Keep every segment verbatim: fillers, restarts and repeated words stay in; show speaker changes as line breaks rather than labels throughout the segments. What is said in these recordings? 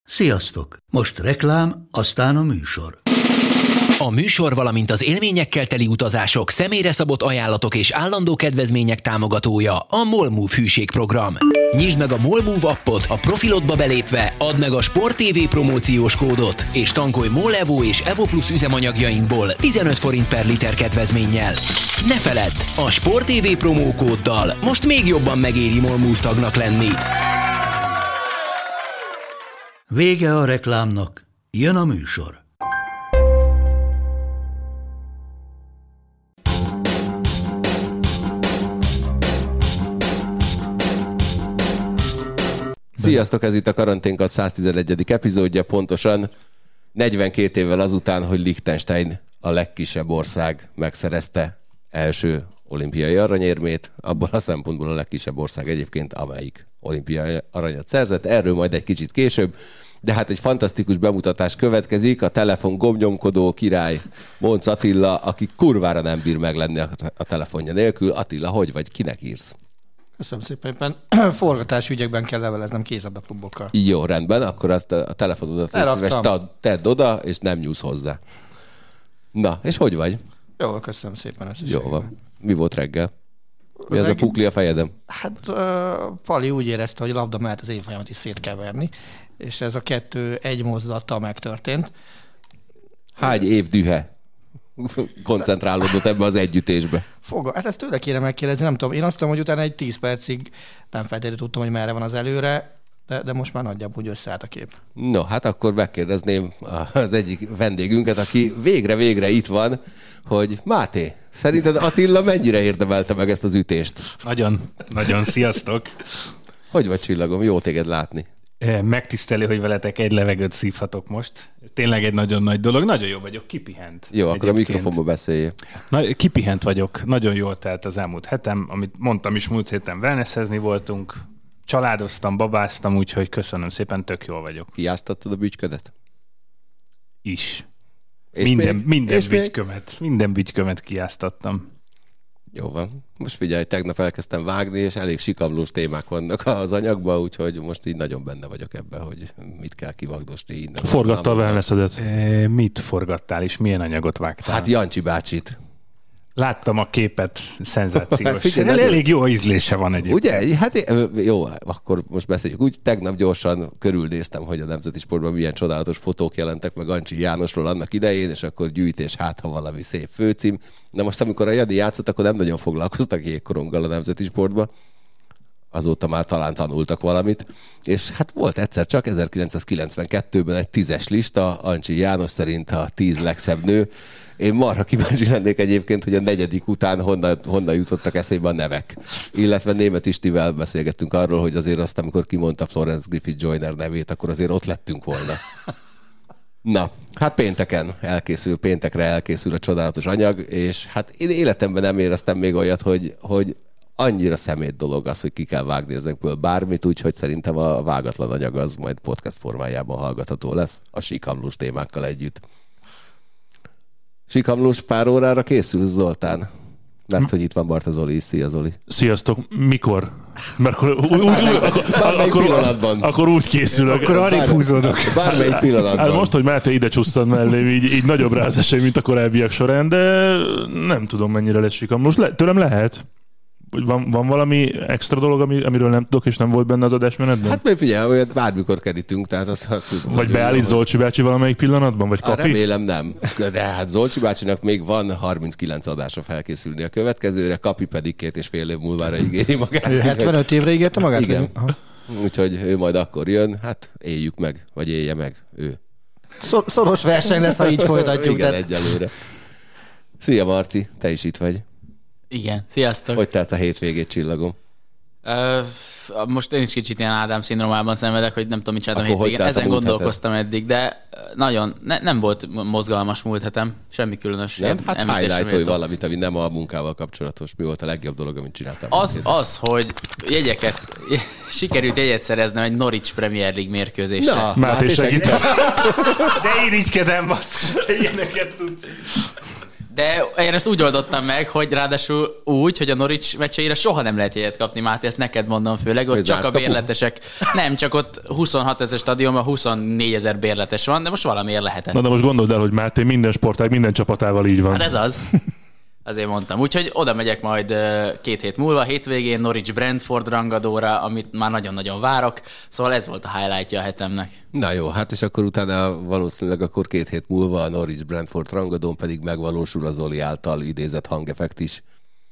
Sziasztok! Most reklám, aztán a műsor.
A műsor, valamint az élményekkel teli utazások, személyre szabott ajánlatok és állandó kedvezmények támogatója a MOLMOVE hűségprogram. Nyisd meg a MOLMOVE appot, a profilodba belépve add meg a Sport té vé promóciós kódot, és tankolj MOL Evo és Evo Plus üzemanyagjainkból tizenöt forint per liter kedvezménnyel. Ne feledd, a Sport té vé promókóddal most még jobban megéri MOLMOVE tagnak lenni.
Vége a reklámnak, jön a műsor.
Sziasztok, ez itt a Karanténkat száztizenegyedik epizódja, pontosan negyvenkét évvel azután, hogy Liechtenstein, a legkisebb ország megszerezte első olimpiai aranyérmét, abból a szempontból a legkisebb ország egyébként, amelyik olimpiai aranyat szerzett, erről majd egy kicsit később, de hát egy fantasztikus bemutatás következik, a telefon gombnyomkodó király Monc Attila, aki kurvára nem bír meglenni a telefonja nélkül. Attila, hogy vagy, kinek írsz?
Köszönöm szépen, éppen forgatási ügyekben kell leveleznem kézabdaklubokkal.
Jó, rendben, akkor azt a telefonodat szíves, tedd oda, és nem nyúlsz hozzá. Na, és hogy vagy?
Jó, köszönöm szépen.
Jó van. Mi volt reggel? Mi az Reg... a pukli a fejedem?
Hát uh, Pali úgy érezte, hogy labda mellett az évfolyamat is szét kell verni, és ez a kettő egy mozdulattal megtörtént.
Hány év dühe koncentrálódott ebbe az együttésbe?
Foga, hát ezt tőle kéne megkérdezni, nem tudom. Én azt tudom, hogy utána egy tíz percig nem feltétlenül tudtam, hogy merre van az előre, de, de most már nagyjából úgy összeállt a kép.
No, hát akkor megkérdezném az egyik vendégünket, aki végre-végre itt van, hogy Máté, szerinted Attila mennyire érdemelte meg ezt az ütést?
Nagyon, nagyon, sziasztok!
Hogy vagy, csillagom? Jó téged látni.
Megtisztelő, hogy veletek egy levegőt szívhatok most. Tényleg egy nagyon nagy dolog. Nagyon jó vagyok, kipihent.
Jó, akkor egyébként. A mikrofonba beszéljél.
Na, kipihent vagyok. Nagyon jól telt az elmúlt hetem. Amit mondtam is, múlt héten wellnessezni voltunk. Családoztam, babáztam, úgyhogy köszönöm szépen, tök jól vagyok.
Kiáztattad a bütyködet?
Is.
És
minden
még?
minden
és
bütykömet. Még? Minden bütykömet kiáztattam.
Jó van. Most figyelj, tegnap elkezdtem vágni, és elég sikamlós témák vannak az anyagban, úgyhogy most így nagyon benne vagyok ebben, hogy mit kell kivagdosni innen.
Forgatta a wellnessedet? E, mit forgattál, és milyen anyagot vágtál?
Hát Jancsi bácsit.
Láttam a képet, szenzációs.
Figyelj,
El, elég jó ízlése van egyébként.
Ugye? Hát jó, akkor most beszéljük. Úgy tegnap gyorsan körülnéztem, hogy a Nemzeti Sportban milyen csodálatos fotók jelentek meg Ancsi Jánosról annak idején, és akkor gyűjtés, hát ha valami szép főcím. Na most, amikor a Jani játszott, akkor nem nagyon foglalkoztak jégkoronggal a Nemzeti Sportban. Azóta már talán tanultak valamit. És hát volt egyszer csak ezerkilencszázkilencvenkettőben egy tízes lista, Ancsi János szerint a tíz legszebb nő. Én marha kíváncsi lennék egyébként, hogy a negyedik után honnan, honnan jutottak eszébe a nevek. Illetve Németh Istivel beszélgettünk arról, hogy azért azt, amikor kimondta Florence Griffith Joyner nevét, akkor azért ott lettünk volna. Na, hát pénteken elkészül, péntekre elkészül a csodálatos anyag, és hát én életemben nem éreztem még olyat, hogy, hogy annyira szemét dolog az, hogy ki kell vágni ezekből bármit, úgyhogy szerintem a vágatlan anyag az majd podcast formájában hallgatható lesz a sikamlós témákkal együtt. Sikamlós pár órára készülsz, Zoltán? Mert hogy itt van Barta Zoli. Szia, Zoli.
Sziasztok. Mikor? Mert akkor, úgy, úgy, akkor, akkor, akkor úgy készülök.
Akkor arrébb húzódok.
Bármelyik pillanatban.
Hát most, hogy Máté ide csusszant mellém, így, így nagyobb rázás, mint a korábbiak során, de nem tudom, mennyire lesz sikamlós. Le, tőlem lehet. Van, van valami extra dolog, ami, amiről nem tudok, és nem volt benne az adásmenetben?
Hát még figyelj, olyat bármikor kerítünk, tehát azt, azt tudom.
Vagy beállít Zolcsi bácsi valamelyik pillanatban, vagy Kapi?
Remélem nem. De hát Zolcsi bácsinak még van harminckilenc adásra felkészülni a következőre, Kapi pedig két és fél év múlvára ígéri magát.
hetvenöt évre ígérte magát?
Igen. Úgyhogy ő majd akkor jön, hát éljük meg, vagy élje meg ő.
Szoros verseny lesz, ha így folytatjuk.
Igen, tehát... egyelőre. Szia, Marci, te is itt vagy.
Igen, sziasztok.
Hogy telt a hétvégét, csillagom?
Uh, most én is kicsit ilyen Ádám szindrómában szenvedek, hogy nem tudom, mit csináltam hétvégén. Ezen gondolkoztam hetem? eddig, de nagyon, ne, nem volt mozgalmas múlt hetem, semmi különös.
Nem? Hát highlightolj valamit, ami nem a munkával kapcsolatos. Mi volt a legjobb dolog, amit csináltam?
Az, az, hogy jegyeket, sikerült jegyet szereznem egy Norwich Premier League mérkőzésre.
Na, Máté segít. De irigykedem, basszus, te ilyeneket tudsz.
De én ezt úgy oldottam meg, hogy ráadásul úgy, hogy a Norwich meccseire soha nem lehet jegyet kapni, Máté, ezt neked mondom főleg, ott csak a bérletesek. Nem, csak ott huszonhat ezer stadionban huszonnégy ezer bérletes van, de most valamiért lehetett.
Na de most gondold el, hogy Máté minden sportág, minden csapatával így van.
Hát ez az. Azért mondtam. Úgyhogy oda megyek majd két hét múlva, hétvégén Norwich Brentford rangadóra, amit már nagyon-nagyon várok. Szóval ez volt a highlightja a hetemnek.
Na jó, hát és akkor utána valószínűleg akkor két hét múlva a Norwich Brentford rangadón pedig megvalósul az Zoli által idézett hangeffekt is.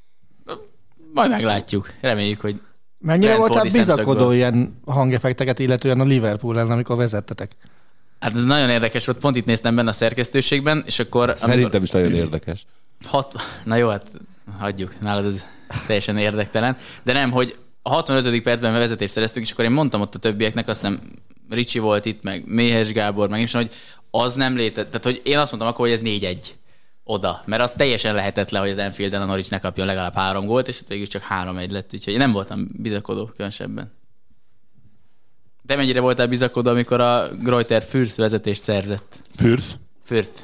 Majd meglátjuk. Reméljük, hogy
mennyire voltál bizakodó ilyen hangeffekteket, illetően a Liverpool ellen, amikor vezettetek?
Hát ez nagyon érdekes volt, pont itt néztem benne a szerkesztőségben, és akkor...
Szerintem
amikor...
is nagyon érdekes.
Hat... Na jó, hát hagyjuk, nálad ez teljesen érdektelen. De nem, hogy a hatvanötödik percben vezetést szereztünk, és akkor én mondtam ott a többieknek, azt hiszem Ricsi volt itt, meg Méhes Gábor, meg is, hogy az nem létezett. Tehát, hogy én azt mondtam akkor, hogy ez négy egy oda, mert az teljesen lehetetlen, hogy az Anfielden a Norwich ne kapjon legalább három gólt, és végül csak három egy lett, úgyhogy én nem voltam bizakodó különösebben. De mennyire voltál bizakodó, amikor a Greuther Fürth vezetést szerzett?
Fürth?
Fürth.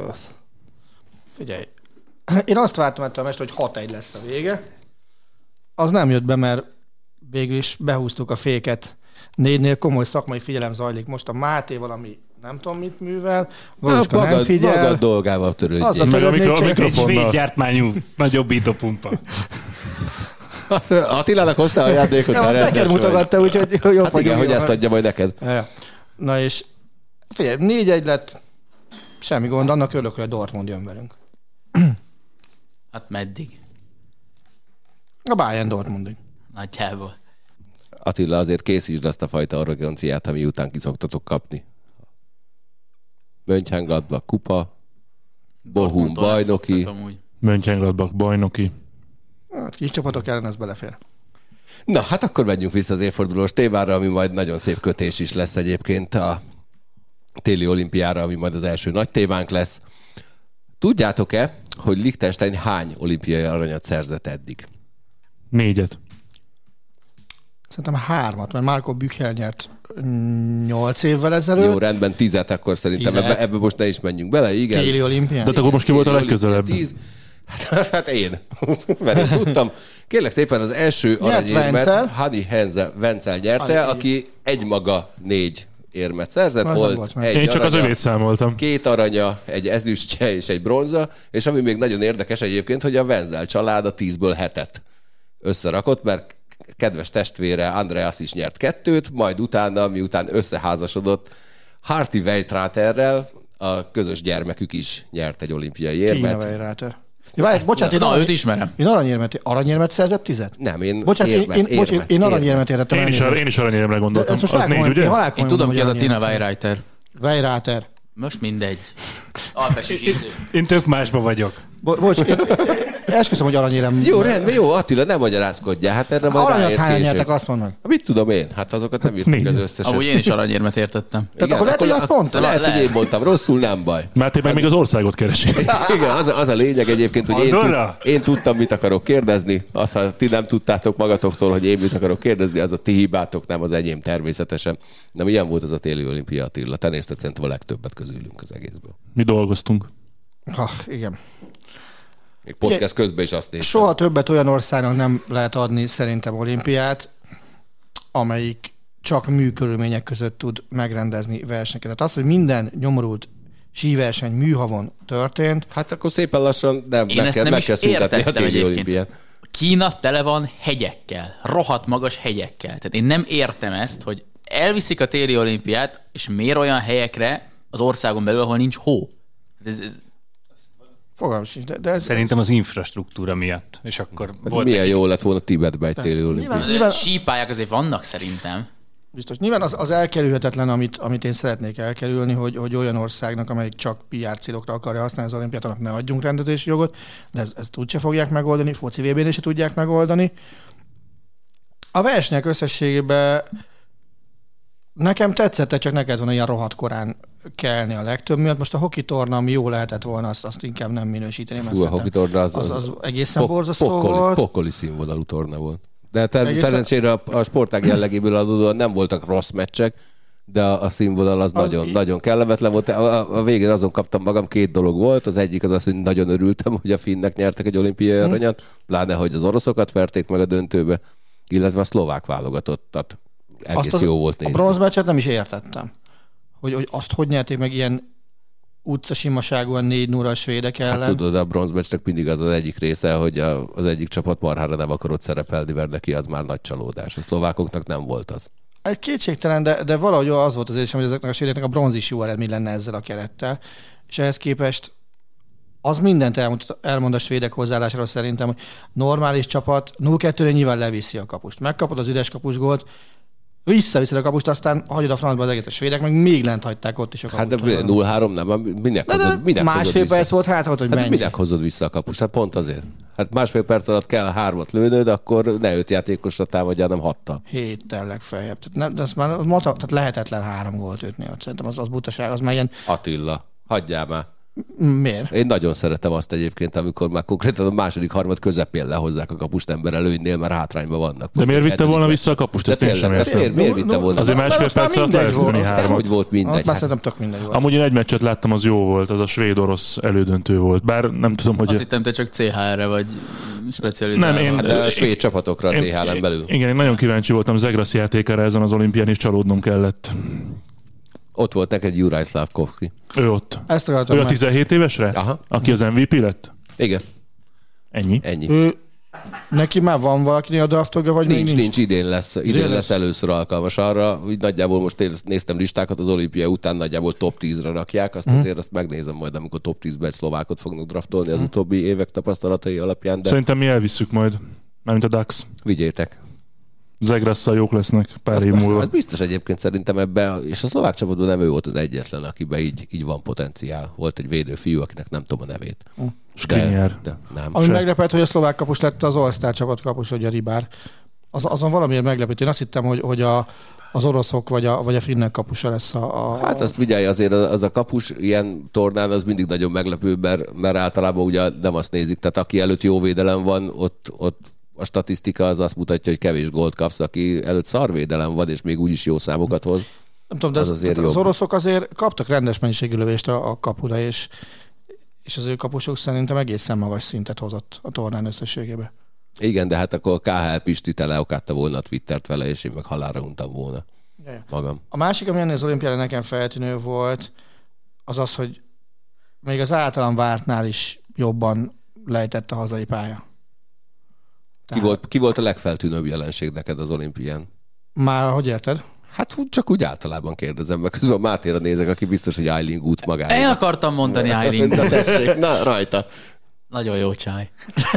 Figyelj, én azt vártam ettől a meccs, hogy hat egy lesz a vége. Az nem jött be, mert végül is behúztuk a féket. Négynél komoly szakmai figyelem zajlik. Most a Máté valami nem tudom mit művel, Galuska
magad,
nem figyel.
Magad dolgával törődjél.
Meg a, mikro, a
Egy
mikrofonnal.
svéd gyártmányú nagyobbító-pumpa.
Azt Attilának hoztál a játékot?
Nem, azt neked mutogatta, úgyhogy jobb
hát igen, hogy ezt adja majd neked.
Ja. Na és figyelj, négy egy lett, semmi gond, annak örülök, hogy a Dortmund jön velünk.
Hát meddig?
A Bayern Dortmundig.
Nagyjából.
Attila, azért készítsd azt a fajta arroganciát, ami után ki szoktatok kapni. Mönchengladbach kupa, Bochum bajnoki.
Mönchengladbach bajnoki.
Hát kis csapatok ellen ez belefér.
Na, hát akkor menjünk vissza az évfordulós témára, ami majd nagyon szép kötés is lesz egyébként a téli olimpiára, ami majd az első nagy témánk lesz. Tudjátok-e, hogy Liechtenstein hány olimpiai aranyat szerzett eddig?
Négyet.
Szerintem hármat, mert Marco Büchel nyert nyolc évvel ezelőtt.
Jó, rendben, tízet, akkor szerintem ebbe, ebbe most ne is menjünk bele, igen.
Téli olimpián.
De akkor most ki volt a legközelebb?
Tíz. Hát, hát én, mert én tudtam. Kérlek szépen, az első aranyérmet Hani Henze Wenzel nyerte, Hani. Aki egymaga négy érmet szerzett, az volt, volt egy
én csak
aranya,
az övét számoltam.
Két aranya, egy ezüstje és egy bronza, és ami még nagyon érdekes egyébként, hogy a Wenzel család a tízből hetet összerakott, mert kedves testvére Andreas is nyert kettőt, majd utána, miután összeházasodott, Harty Weiraterrel, a közös gyermekük is nyert egy olimpiai érmet.
Tina Weirater. Várj, bocsánat, én,
Na,
arany,
őt ismerem.
Én aranyérmet, aranyérmet szerzett tizet?
Nem, én
bocsánat,
érmet,
én,
érmet,
bocs, én aranyérmet értettem.
Én is, én is aranyéremre gondoltam. Az négy, ugye?
Én,
én tudom, ki az a Tina Weirater.
Weirater.
Most mindegy. Alpes ízű.
Én tök másba vagyok.
Bo- bocs, én, esküszöm, hogy aranyérem.
Jó, rendben, jó, Attila, nem magyarázkodjál, hát erre majd
aranyat
ráérsz
hányan
később.
nyertek, azt mondd meg.
Mit tudom én? Hát azokat nem írtuk az összeset.
Amúgy én is aranyérmet értettem.
Tehát igen, akkor lehet, hogy azt mondta.
Lehet, hogy én mondtam rosszul, nem baj.
Máté meg még az országot keresi.
Igen, az a, az a lényeg egyébként, hogy én, tud, én tudtam, mit akarok kérdezni. Azt, ha ti nem tudtátok magatoktól, hogy én mit akarok kérdezni, az a ti hibátok, nem az enyém természetesen. Na, milyen volt az a téli olimpia, Attila? Te nézted szerintem a legtöbbet közülünk az egészből.
Mi dolgoztunk.
Ha, igen.
Még podcast közben is azt néztem.
Soha többet olyan országnak nem lehet adni szerintem olimpiát, amelyik csak műkörülmények között tud megrendezni versenyeket. Tehát az, hogy minden nyomorult síverseny műhavon történt.
Hát akkor szépen lassan nem,
Én
meg
ezt
kell,
nem
meg
is
kell szüntetni a téli
egyébként.
olimpiát.
Kína tele van hegyekkel, rohadt magas hegyekkel. Tehát én nem értem ezt, hogy elviszik a téli olimpiát, és miért olyan helyekre az országon belül, ahol nincs hó. Ez, ez...
Fogalmam sincs, de, de ez...
Szerintem az infrastruktúra miatt. És akkor
Hát
volt
milyen
neki...
jó lett volna Tibetbe egy téli olimpia.
Nyilván, nyilván...
Sípályák azért vannak szerintem.
Biztos. Nyilván az, az elkerülhetetlen, amit, amit én szeretnék elkerülni, hogy, hogy olyan országnak, amelyik csak pé er célokra akarja használni az olimpiát, annak ne adjunk rendezési jogot, de ezt, ezt úgyse fogják megoldani, foci vé bén is tudják megoldani. A versenyek összességében nekem tetszett, csak neked van olyan rohadt korán kelni a legtöbb miatt. Most a hoki torna, ami jó lehetett volna, azt, azt inkább nem minősíteném.
Fú, a hoki torna az,
az, az egészen
pok,
borzasztó
pokoli,
volt.
Pokoli színvonalú torna volt. De természetesen
Egészen...
szerencsére a, a sportág jellegéből adódóan nem voltak rossz meccsek, de a, a színvonal az, az nagyon, í- nagyon kellemetlen volt. A, a végén azon kaptam magam, két dolog volt. Az egyik az az, hogy nagyon örültem, hogy a finnek nyertek egy olimpiai aranyat, pláne, hogy az oroszokat verték meg a döntőbe, illetve a szlovák válogatottat. Egész az, jó volt nézni.
A bronzmeccset nem is értettem. Hogy, hogy azt hogy nyerték meg ilyen utcasimaságúan négy nulla a svédek ellen.
Hát tudod, a bronzmeccsnek mindig az az egyik része, hogy a, az egyik csapat marhára nem akarott szerepelni, mert neki az már nagy csalódás. A szlovákoknak nem volt az.
Egy kétségtelen, de, de valahogy az volt az érzésem, hogy ezeknek a svédeknek a bronz is jó eredmény lenne ezzel a kerettel. És ehhez képest az mindent elmond, elmond a svédek hozzáállásáról szerintem, hogy normális csapat nulla kettőre nyilván leviszi a kapust. Megkapod az üres kapusgólt, visszaviszed a kapust, aztán hagyod a francba az egész. A svédek meg még lent hagyták ott is a kapust.
Hát de nulla három nem, minek hozod, minek
másfél
hozod
perc volt, hát hogy
hát
menj.
Minek hozod vissza a kapust? Hát pont azért. Hát másfél perc alatt kell hármat lőnöd, akkor ne öt játékosra támadjál, hanem hattal.
Héttel legfeljebb. Tehát, nem, de az már az mata, tehát lehetetlen három gólt ütni. Szerintem az, az butaság, az már ilyen...
Attila, hagyjál már.
Miért?
Én nagyon szeretem azt egyébként, amikor már konkrétan a második harmad közepén lehozzák a kapust ember előnynél, mert hátrányban vannak.
De miért vitte volna vissza a kapust? Ezt én sem értem.
Miért, miért vitte volna?
Azért másfél perc alatt lehet lőni hármat.
Hogy volt mindegy.
Azt szerintem tök mindegy volt.
Amúgy én egy meccset láttam, az jó volt, az a svéd-orosz elődöntő volt. Bár nem tudom, hogy...
Azt hittem, te csak cé há erre vagy specializálva.
Nem, én...
Hát de a svéd csapatokra a cé há en belül.
Igen, én nagyon kíváncsi voltam Zegrasz játékára ezen az olimpián, és csalódnom kellett.
Ott volt neked Juraj Slafkovski.
Ő ott.
Ezt
ő a tizenhét évesre?
Aha.
Aki az em vé pé lett?
Igen.
Ennyi?
Ennyi.
Ő, neki már van valakinél a draftolja, vagy
nincs,
nincs?
Nincs, idén lesz, idén, idén lesz, lesz először alkalmas arra. Úgy nagyjából most néztem listákat, az olimpia után nagyjából top tízre rakják, azt hmm. azért azt megnézem majd, amikor top tízbe egy szlovákot fognak draftolni az hmm. utóbbi évek tapasztalatai alapján. De...
Szerintem mi elvisszük majd, mármint a Dax.
Vigyétek.
Zegrasszal jók lesznek pár
azt
év múlva.
Az biztos egyébként szerintem ebben, és a szlovák csapatban nem ő volt az egyetlen, akiben így, így van potenciál. Volt egy védő fiú, akinek nem tudom a nevét.
Skriniar.
De, de nem.
Ami meglepett, hogy a szlovák kapus lett az All-Star csapat kapus, hogy a Ribár. Az, azon valamiért meglepett. Én azt hittem, hogy, hogy a, az oroszok vagy a, vagy a finnek kapusa lesz a, a...
Hát azt figyelj, azért az a kapus ilyen tornán az mindig nagyon meglepő, mert, mert általában ugye nem azt nézik. Tehát aki előtt jó védelem van, ott, ott a statisztika az azt mutatja, hogy kevés gólt kapsz, aki előtt szarvédelem van, és még úgyis jó számokat hoz.
Nem tudom, de az, az, azért az oroszok azért kaptak rendes mennyiségű lövést a, a kapura, és, és az ő kapusok szerintem egészen magas szintet hozott a tornán összességében.
Igen, de hát akkor a ká há el Pisti teleokátta volna a Twittert vele, és én meg halálra untam volna Jaj. magam.
A másik, ami ennél az olimpiára nekem feltűnő volt, az az, hogy még az általam vártnál is jobban lejtett a hazai pálya.
Ki volt, ki volt a legfeltűnőbb jelenség neked az olimpián?
Már, hogy érted?
Hát csak úgy általában kérdezem, meg közben Mátéra nézek, aki biztos, hogy Eiling út magára.
Én akartam mondani Eiling.
Na, tessék, na, rajta.
Nagyon jó csaj.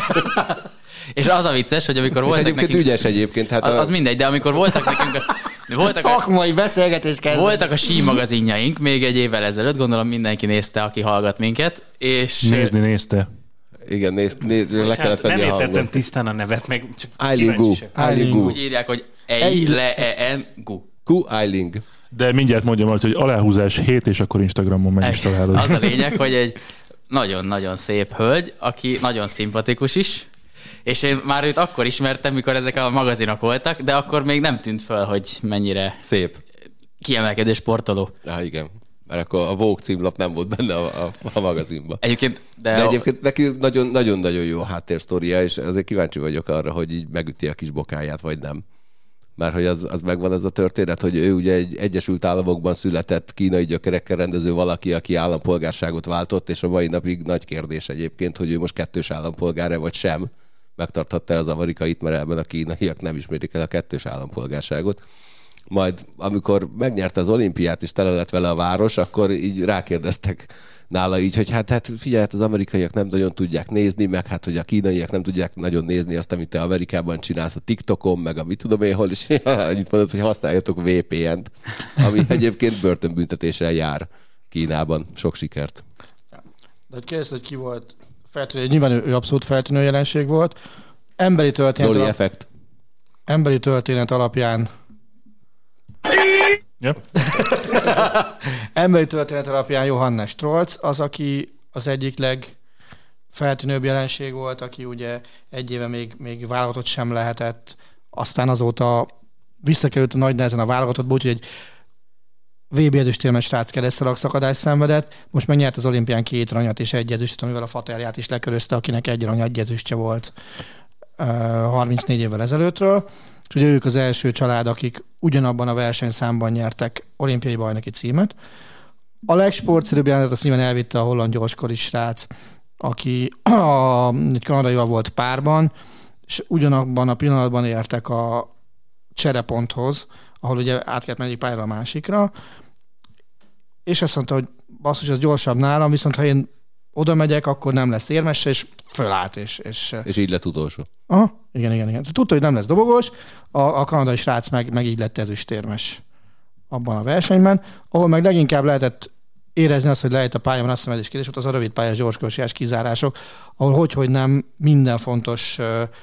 És az a vicces, hogy amikor voltak
egyébként
nekünk...
ügyes egyébként. Hát
az,
a...
az mindegy, de amikor voltak nekünk... Voltak
Szakmai a... beszélgetés kezdve.
Voltak a sí magazinjaink még egy évvel ezelőtt, gondolom mindenki nézte, aki hallgat minket, és...
Nézni nézte.
Igen, nézd, nézd, le kellett venni a hangot.
Nem értettem tisztán a nevet, meg csak
Eiling.
Eiling. Úgy írják, hogy E-I-L-E-N-Gu.
Gu Eiling.
De mindjárt mondjam azt, hogy aláhúzás hét, és akkor Instagramon meg is találod.
Az a lényeg, hogy egy nagyon-nagyon szép hölgy, aki nagyon szimpatikus is, és én már őt akkor ismertem, mikor ezek a magazinok voltak, de akkor még nem tűnt fel, hogy mennyire
szép,
kiemelkedő sportoló.
Á, igen. Mert akkor a Vogue címlap nem volt benne a, a, a magazinban.
Egyébként, de,
de egyébként neki nagyon-nagyon jó háttérsztória, és azért kíváncsi vagyok arra, hogy így megüti a kis bokáját, vagy nem. Mert hogy az, az megvan az a történet, hogy ő ugye egy Egyesült Államokban született kínai gyökerekkel rendező valaki, aki állampolgárságot váltott, és a mai napig nagy kérdés egyébként, hogy ő most kettős állampolgár-e vagy sem. Megtarthatta az amerikait, mert ebben a kínaiak nem ismerik el a kettős állampolgárságot. Majd amikor megnyerte az olimpiát, és tele lett vele a város, akkor így rákérdeztek nála így, hogy hát, hát figyelj, hát az amerikaiak nem nagyon tudják nézni, meg hát, hogy a kínaiak nem tudják nagyon nézni azt, amit te Amerikában csinálsz a TikTokon, meg a mit tudom én hol, és annyit mondod, hogy használjatok vé pé en-t, ami egyébként börtönbüntetéssel jár Kínában. Sok sikert.
De hogy kérdezted, hogy ki volt feltűnő, nyilván ő, ő abszolút feltűnő jelenség volt. Emberi történet,
Zoli
alap...
effekt.
Emberi történet alapján
Yep.
Emberi történet alapján Johannes Strolc az, aki az egyik legfeltűnőbb jelenség volt, aki ugye egy éve még, még válogatott sem lehetett, aztán azóta visszakerült a nagy nehezen a válogatottba, úgyhogy egy vé bé ezüstérmes srác keresztszalagszakadást szenvedett, most megnyert az olimpián két aranyat és egy ezüstöt, amivel a Faterját is lekörözte, akinek egy arany, egy ezüstje volt harmincnégy évvel ezelőttről. És ugye ők az első család, akik ugyanabban a versenyszámban nyertek olimpiai bajnoki címet. A legsportszerűbb jelenet azt nyilván elvitte a holland gyorskori srác, aki a, egy kanadaival volt párban, és ugyanabban a pillanatban értek a csereponthoz, ahol ugye át kellett menni pályára a másikra, és azt mondta, hogy basszus, ez gyorsabb nálam, viszont ha én oda megyek, akkor nem lesz érmes, és fölállt. És, és...
és így lett utolsó.
Aha, igen, igen, igen. Tudta, hogy nem lesz dobogós, a, a kanadai srác meg, meg így lett ezüstérmes abban a versenyben, ahol meg leginkább lehetett érezni azt, hogy lehet a pályán azt hiszem, ez is kérdés, ott az a rövid pályás gyorskörsiás kizárások, ahol hogy-hogy nem minden fontos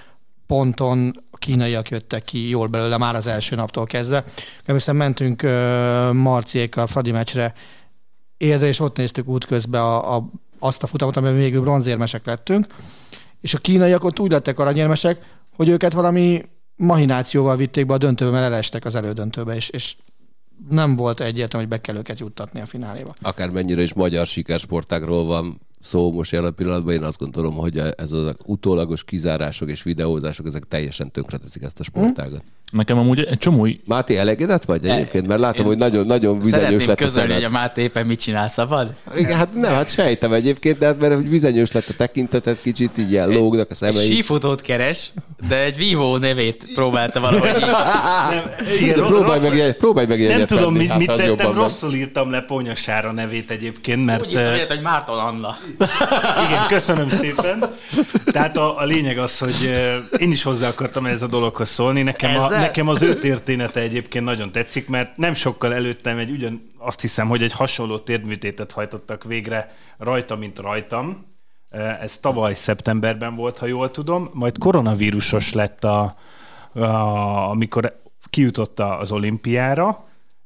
ponton a kínaiak jöttek ki jól belőle már az első naptól kezdve. Hiszen mentünk Marciékkal Fradi meccsre Érdre, és ott néztük útközben a, a, azt a futamot, amiben végül bronzérmesek lettünk, és a kínaiak ott úgy lettek aranyérmesek, hogy őket valami mahinációval vitték be a döntőbe, mert elestek az elődöntőbe, és, és nem volt egyértelmű, hogy be kell őket juttatni a fináléba.
Akármennyire is magyar sikersportágról van szó most jelen pillanatban, én azt gondolom, hogy ez az utólagos kizárások és videózások, ezek teljesen tönkreteszik ezt a sportágat.
Nekem amúgy egy csomó...
Máté, elégedett vagy egyébként? Mert látom, hogy nagyon, nagyon vizenyős lett a
közölni, hogy a Máté éppen mit csinál, szabad?
Igen, hát nem, hát sejtem egyébként, de hát mert hogy vizenyős lett a tekinteted, kicsit így ilyen lógnak a szemei.
Sífutót keres, de egy vívó nevét próbálta valahogy így.
Nem, igen,
de próbálj, rossz, meg, próbálj meg
Nem tudom,
tenni,
mit,
hát
mit tettem, rosszul
meg.
írtam le Ponyasára nevét egyébként, mert...
Úgy írtam, hogy Márton Anna.
Igen, köszönöm szépen. Tehát a, a lényeg az, hogy én is hozzá akartam ez a dologhoz szólni. Nekem, a, nekem az ő története egyébként nagyon tetszik, mert nem sokkal előttem egy ugyan, azt hiszem, hogy egy hasonló térdműtétet hajtottak végre rajta, mint rajtam. Ez tavaly szeptemberben volt, ha jól tudom. Majd koronavírusos lett, a, a, amikor kijutott az olimpiára,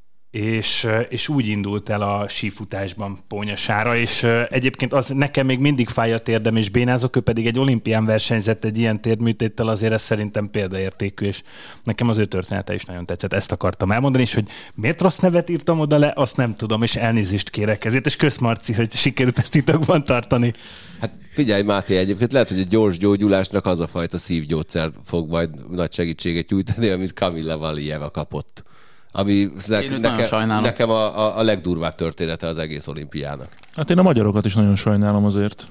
és, és úgy indult el a sífutásban Pónyasára, és egyébként az nekem még mindig fáj a térdem, és bénázok, ő pedig egy olimpián versenyzett egy ilyen térdműtéttel, azért ez szerintem példaértékű, és nekem az ő története is nagyon tetszett. Ezt akartam elmondani, és hogy miért rossz nevet írtam oda le, azt nem tudom, és elnézést kérek ezért, és kösz Marci, hogy sikerült ezt titokban tartani.
Hát figyelj, Máté, egyébként lehet, hogy a gyors gyógyulásnak az a fajta szívgyógyszer fog majd nagy segítséget nyújtani, amit Kamila Valieva kapott. Ami nekem, nekem a, a, a legdurvább története az egész olimpiának.
Hát én a magyarokat is nagyon sajnálom azért.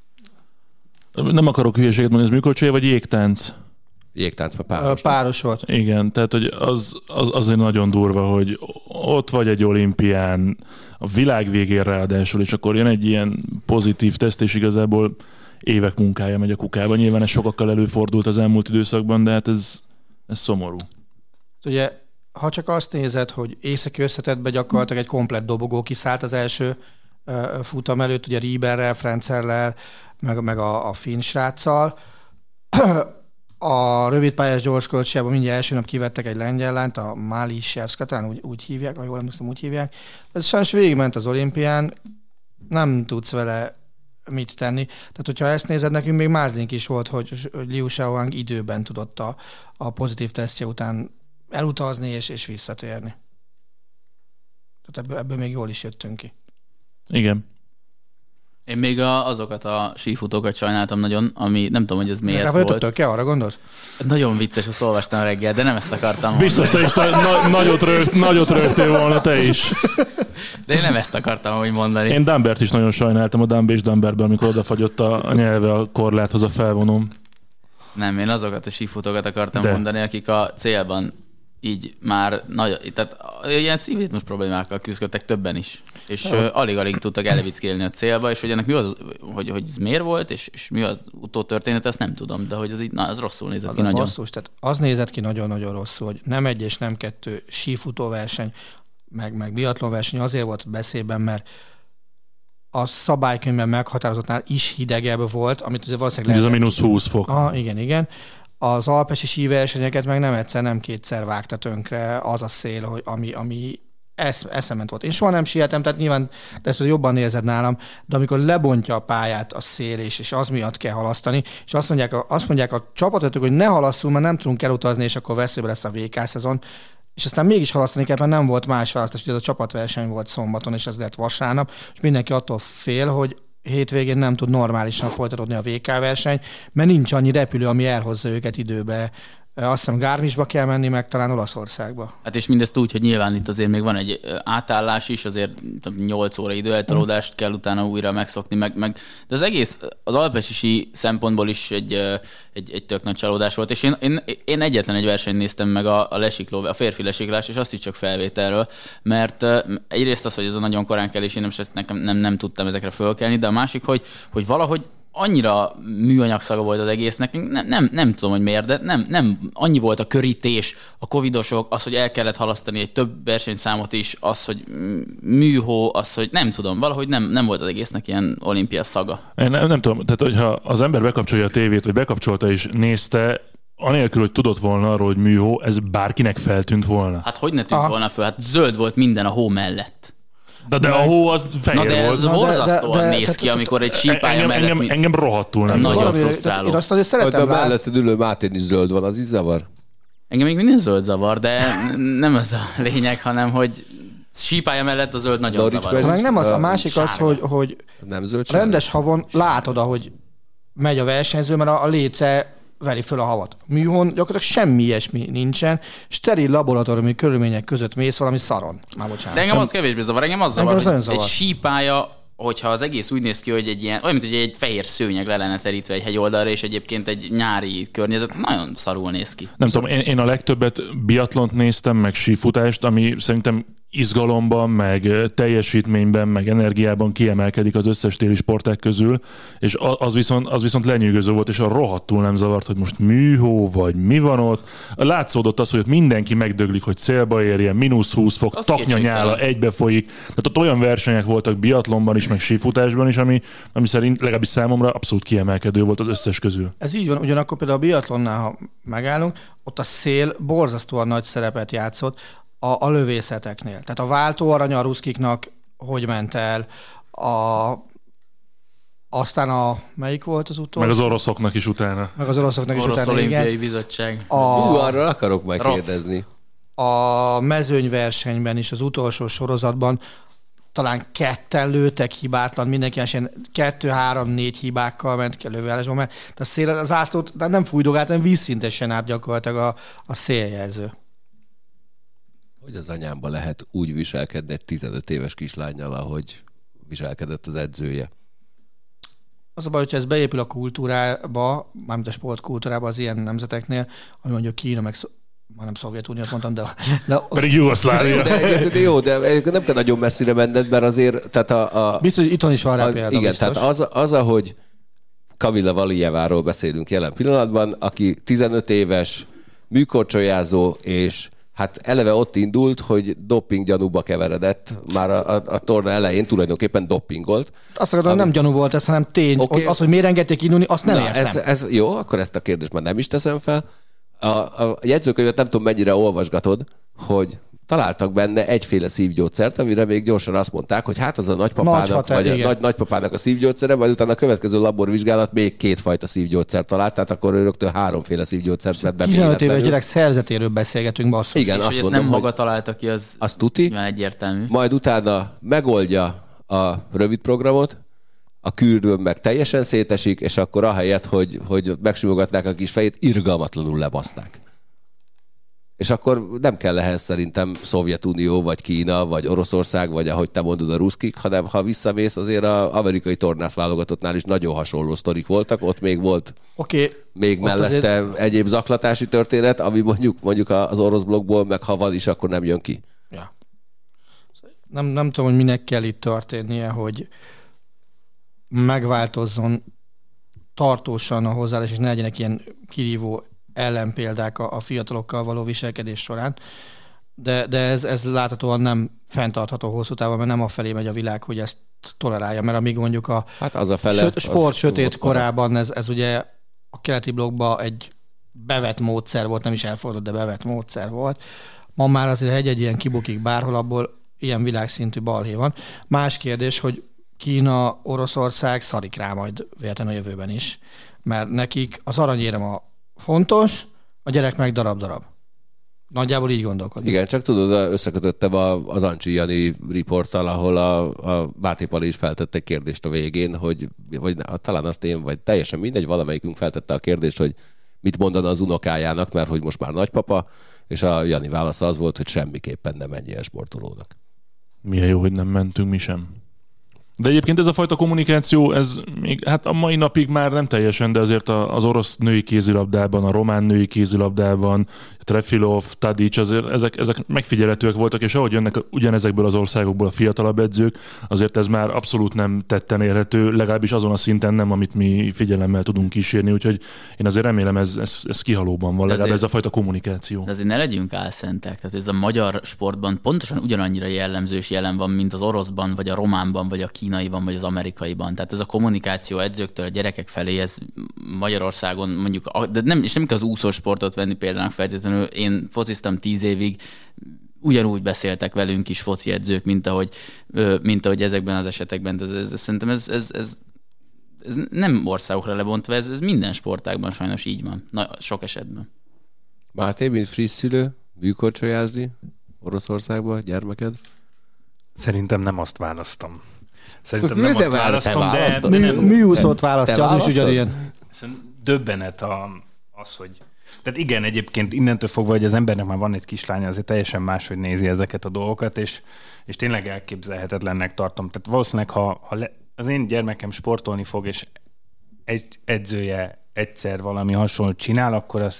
Nem akarok hülyeséget mondani, ez műkolcsolya vagy jégtánc?
Jégtánc, mert páros.
Páros volt.
Igen, tehát hogy az, az azért nagyon durva, hogy ott vagy egy olimpián, a világ végén ráadásul, és akkor jön egy ilyen pozitív teszt, és igazából évek munkája megy a kukába. Nyilván ez sokakkal előfordult az elmúlt időszakban, de hát ez, ez szomorú.
Ugye ha csak azt nézed, hogy északi összetettben gyakorlatilag egy komplett dobogó kiszállt az első uh, futam előtt, ugye Rieberrel, Frentzellel, meg, meg a, a finn sráccal. A rövidpályás gyorskölcsében mindjárt első nap kivettek egy lengyel lányt, a Maliszewska, talán úgy, úgy hívják, ha jól emlékszem, úgy hívják. Ez sajnos végigment az olimpián, nem tudsz vele mit tenni. Tehát, hogyha ezt nézed, nekünk még mázlink is volt, hogy Liu Shaoang időben tudott a, a pozitív tesztje után elutazni és, és visszatérni. Tehát ebből, ebből még jól is jöttünk ki.
Igen.
Én még a, azokat a sífutókat sajnáltam nagyon, ami nem tudom, hogy ez miért volt.
Rájöttötök ki, arra gondolsz?
Nagyon vicces, azt olvastam reggel, de nem ezt akartam
Biztos
mondani.
te is na- nagyot, rögt, nagyot rögtél volna te is.
De én nem ezt akartam úgy mondani.
Én Dumbert is nagyon sajnáltam a Dumb és Dumberben, amikor odafagyott a, a nyelve a korláthoz a felvonom.
Nem, én azokat a sífutókat akartam
de.
mondani, akik a célban így már nagy, tehát ilyen szívritmus problémákkal küzdöttek többen is. És uh, alig-alig tudtak elevickélni a célba, és hogy ennek mi az, hogy, hogy ez miért volt, és, és mi az utótörténet, ezt nem tudom, de hogy ez így, na, az rosszul nézett
az
ki nagyon.
Basszus, tehát az nézett ki nagyon-nagyon rosszul, hogy nem egy és nem kettő sífutóverseny, meg, meg biatlonverseny azért volt beszélben, mert a szabálykönyvben meghatározottnál is hidegebb volt, amit azért valószínűleg...
Ez a mínusz húsz fok.
Ah, igen, igen. Az alpesi síversenyeket meg nem egyszer, nem kétszer vágta tönkre az a szél, hogy ami, ami esz, eszement volt. Én soha nem sietem, tehát nyilván de ezt jobban érzed nálam, de amikor lebontja a pályát a szél, és, és az miatt kell halasztani, és azt mondják, azt mondják a csapatvezetők, hogy ne halasszunk, mert nem tudunk elutazni, és akkor veszélybe lesz a vé ká szezon. és aztán mégis halasztani kell, mert nem volt más választás, hogy ez a csapatverseny volt szombaton, és ez lett vasárnap, és mindenki attól fél, hogy hétvégén nem tud normálisan folytatódni a vé ká verseny, mert nincs annyi repülő, ami elhozza őket időbe. Azt hiszem Garmischba kell menni, meg talán Olaszországba.
Hát és mindezt úgy, hogy nyilván itt azért még van egy átállás is, azért nyolc óra időeltolódást kell utána újra megszokni, meg, meg de az egész, az alpesi szempontból is egy, egy, egy tök nagy csalódás volt, és én, én, én egyetlen egy versenyt néztem meg a, a lesikló, a férfi lesiklás, és azt is csak felvételről, mert egyrészt az, hogy ez a nagyon korán kell, és én nem, nekem nem, nem tudtam ezekre fölkelni, de a másik, hogy, hogy valahogy annyira műanyagszaga volt az egésznek, nem, nem, nem tudom, hogy miért, de nem, nem, annyi volt a körítés, a covidosok, az, hogy el kellett halasztani egy több versenyszámot is, az, hogy műhó, az, hogy nem tudom, valahogy nem, nem volt az egésznek ilyen olimpia szaga. Én
nem, nem tudom, tehát hogyha az ember bekapcsolja a tévét, vagy bekapcsolta és nézte, anélkül, hogy tudott volna arról, hogy műhó, ez bárkinek feltűnt volna.
Hát hogy ne tűnt Aha. volna föl? Hát zöld volt minden a hó mellett.
De, de a hó az fehér volt.
Na de ez
volt.
borzasztóan de, de, néz ki, amikor egy sípálya
engem,
mellett...
Engem, engem rohadtul nem
nagyon frusztráló.
Én azt azért szeretem
lát... De melletted ülő Máté is zöld van, az is zavar?
Engem még minden zöld zavar, de nem ez a lényeg, hanem hogy sípálya mellett a zöld nagyon
Dorics
zavar.
Meg nem az, a másik az, hogy, hogy
nem zöld
rendes havon látod, ahogy megy a versenyző, mert a, a léce veri föl a havat. Műhón gyakorlatilag semmi ilyesmi nincsen. Steril laboratóriumi körülmények között mész valami szaron. Már bocsánat.
De engem az kevésbé zavar. Engem az
engem
zavar,
az
hogy
zavar.
Egy sípálya, hogyha az egész úgy néz ki, hogy egy ilyen, olyan, mint hogy egy fehér szőnyeg le lenne terítve egy hegyoldalra, és egyébként egy nyári környezet, nagyon szarul néz ki.
Nem tudom, én, én a legtöbbet biatlont néztem, meg sífutást, ami szerintem izgalomban, meg teljesítményben, meg energiában kiemelkedik az összes téli sporták közül, és az viszont, az viszont lenyűgöző volt, és a rohadtul nem zavart, hogy most műhó, vagy mi van ott. Látszódott az, hogy ott mindenki megdöglik, hogy célba érjen, mínusz húsz fok, taknya nyála, egybe folyik. Tehát ott olyan versenyek voltak biatlonban is, meg sífutásban is, ami, ami szerint legalábbis számomra abszolút kiemelkedő volt az összes közül.
Ez így van, ugyanakkor például a biatlonnál, ha megállunk, ott a szél borzasztóan nagy szerepet játszott, A, a lövészeteknél. Tehát a váltóarany a ruszkiknak hogy ment el, a, aztán a... Melyik volt az utolsó?
Meg az oroszoknak is utána.
Meg az oroszoknak
Orosz
is utána, igen.
Orosz Olimpiai Bizottság.
A, Hú, arról akarok majd Rocz. kérdezni.
A mezőnyversenyben is, az utolsó sorozatban talán ketten lőtek hibátlan, mindenki ilyen kettő, három, négy hibákkal ment ki a lövőállásban, mert a szél, az ászlót nem fújdogált, hanem vízszintesen át gyakorlatilag a, a széljelző.
Hogy az anyámba lehet úgy viselkedni egy tizenöt éves kislánnyal, ahogy viselkedett az edzője?
Az a baj, hogyha ez beépül a kultúrába, mármint a sportkultúrába az ilyen nemzeteknél, ami mondjuk Kína, meg szó... már nem Szovjetuniót mondtam, de... de
Pedig Jugoszlávia.
De, de, de jó, de nem kell nagyon messzire menned, mert azért... Tehát a, a,
biztos, hogy itthon is van rá példa.
Igen,
biztos.
tehát az, az, ahogy Kamila Valijeváról beszélünk jelen pillanatban, aki tizenöt éves, műkorcsolyázó, és hát eleve ott indult, hogy doping gyanúba keveredett már a, a, a torna elején, tulajdonképpen dopingolt.
Azt akarom, ami... nem gyanú volt ez, hanem tény. Okay. Az, hogy miért engedték indulni, azt nem
Na,
értem.
Ez, ez, jó, akkor ezt a kérdést már nem is teszem fel. A, a jegyzőkönyvet nem tudom, mennyire olvasgatod, hogy találtak benne egyféle szívgyógyszert, amire még gyorsan azt mondták, hogy hát az a nagypapának,
Nagyfater,
vagy a nagy, nagypapának a szívgyógyszere, majd utána a következő laborvizsgálat még kétfajta szívgyógyszert talált, tehát akkor ő rögtön háromféle szívgyógyszert vett be.
tizenöt éves gyerek szerzetéről beszélgetünk, basszus.
Igen,
és
azt
hogy
mondom,
ezt nem maga
hogy
találta ki, az,
az tuti.
egyértelmű.
Majd utána megoldja a rövid programot, a küldőn meg teljesen szétesik, és akkor ahelyett, hogy, hogy megsimogatnák a kis fejét, irgalmatlanul lebaszták. És akkor nem kell ehhez szerintem Szovjetunió, vagy Kína, vagy Oroszország, vagy ahogy te mondod a ruszkik, hanem ha visszamész, azért az amerikai tornász válogatottnál is nagyon hasonló sztorik voltak, ott még volt
okay.
még ott mellette azért... egyéb zaklatási történet, ami mondjuk, mondjuk az orosz blokkból, meg ha van is, akkor nem jön ki.
Ja. Nem, nem tudom, hogy minek kell itt történnie, hogy megváltozzon tartósan a hozzáállás, és ne legyenek ilyen kirívó ellenpéldák a, a fiatalokkal való viselkedés során, de, de ez, ez láthatóan nem fenntartható hosszú távon, mert nem afelé megy a világ, hogy ezt tolerálja, mert amíg mondjuk a,
hát az a fele,
söt, sport
az
sötét korában ez, ez ugye a keleti blokkban egy bevett módszer volt, nem is elfordult, de bevett módszer volt. Ma már azért egy-egy ilyen kibukik bárhol, abból ilyen világszintű balhé van. Más kérdés, hogy Kína, Oroszország szarik rá majd véletlenül a jövőben is, mert nekik az aranyérem a fontos, a gyerek meg darab-darab. Nagyjából így gondolkodni.
Igen, csak tudod, összekötöttem a, az Ancsi Jani riporttal, ahol a, a Máté Pali is feltette egy kérdést a végén, hogy, vagy talán azt én, vagy teljesen mindegy, valamelyikünk feltette a kérdést, hogy mit mondana az unokájának, mert hogy most már nagypapa, és a Jani válasza az volt, hogy semmiképpen nem menjél sportolónak.
Milyen jó, hogy nem mentünk mi sem. De egyébként ez a fajta kommunikáció, ez még, hát a mai napig már nem teljesen, de azért az orosz női kézilabdában, a román női kézilabdában, Trefilov, Tadic, azért ezek, ezek megfigyelhetőek voltak, és ahogy jönnek ugyanezekből az országokból a fiatalabb edzők, azért ez már abszolút nem tetten érhető, legalábbis azon a szinten nem, amit mi figyelemmel tudunk kísérni, úgyhogy én azért remélem ez, ez, ez kihalóban van, legalább ez a fajta kommunikáció.
De azért ne legyünk álszentek, tehát ez a magyar sportban pontosan ugyanannyira jellemző és jelen van, mint az oroszban, vagy a románban, vagy a kínaiban, vagy az amerikaiban. Tehát ez a kommunikáció edzőktől a gyerekek felé, ez Magyarországon mondjuk, de nem, és nem kell az úszósportot venni például feltétlenül, én fociztam tíz évig, ugyanúgy beszéltek velünk is foci edzők, mint ahogy, mint ahogy ezekben az esetekben. Ez, ez, szerintem ez, ez, ez, ez nem országokra lebontva, ez, ez minden sportágban sajnos így van. Na, sok esetben.
Máté, mint friss szülő, műkorcsolyázni Oroszországban, gyermeked?
Szerintem nem azt választom. Szerintem
Mi
nem
de
azt
vár,
választom,
te
de,
választod?
de nem.
Műúszót választja, az is ugyanilyen.
Döbbenet a, az, hogy... Tehát igen, egyébként innentől fogva, hogy az embernek már van egy kislánya, azért teljesen máshogy nézi ezeket a dolgokat, és, és tényleg elképzelhetetlennek tartom. Tehát valószínűleg, ha, ha le, az én gyermekem sportolni fog, és egy edzője egyszer valami hasonlót csinál, akkor azt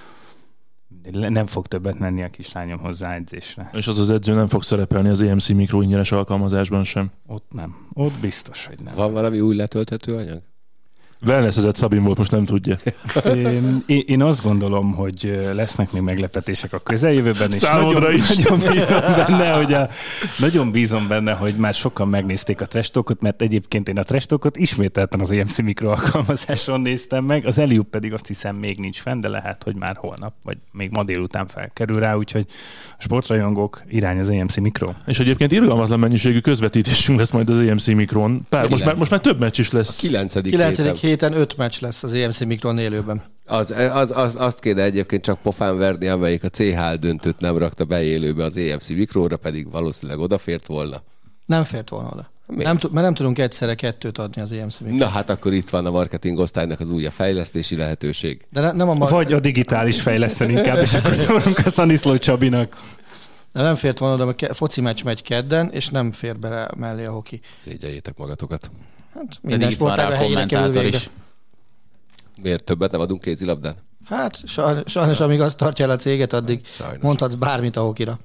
nem fog többet menni a kislányom hozzá edzésre.
És az az edző nem fog szerepelni az é em cé Mikro ingyenes alkalmazásban sem?
Ott nem. Ott biztos, hogy nem.
Van valami új letölthető anyag?
Wellness-ezett Szabin volt, most nem tudja.
Én, én azt gondolom, hogy lesznek még meglepetések a közeljövőben, és
Számodra
nagyon,
is.
Nagyon bízom benne, hogy a, nagyon bízom benne, hogy már sokan megnézték a Trash Talkot, mert egyébként én a Trash Talkot ismételten az é em cé Mikro alkalmazáson néztem meg, az Eliup pedig azt hiszem még nincs fenn, de lehet, hogy már holnap, vagy még ma délután felkerül rá, úgyhogy a sportrajongók irány az é em cé Mikro.
És egyébként irgalmatlan mennyiségű közvetítésünk lesz majd az é em cé Mikron. Pár, most, már, most már több meccs is lesz.
A kilencedik,
kilencedik héten öt meccs lesz az é em cé Mikron élőben.
Az, az, az, azt kéne egyébként csak pofán verni, amelyik a cé há el döntőt nem rakta be élőbe az é em cé Mikróra, pedig valószínűleg odafért volna.
Nem fért volna oda. Nem, mert nem tudunk egyszerre kettőt adni az é em cé Mikróra.
Na hát akkor itt van a marketing osztálynak az újabb fejlesztési lehetőség.
De ne, nem a mar-
Vagy a digitális fejleszten inkább, és akkor szólunk a Szaniszló Csabinak.
De nem fért volna oda, a foci meccs megy kedden, és nem fér bele mellé a hoki.
Szégyeljétek magatokat.
Hát minden sportágban helyére kerül végre.
Miért többet nem adunk kézilabdán?
Hát sajnos, sajnos amíg azt tartja el a céget, addig sajnos. Mondhatsz bármit a hokira.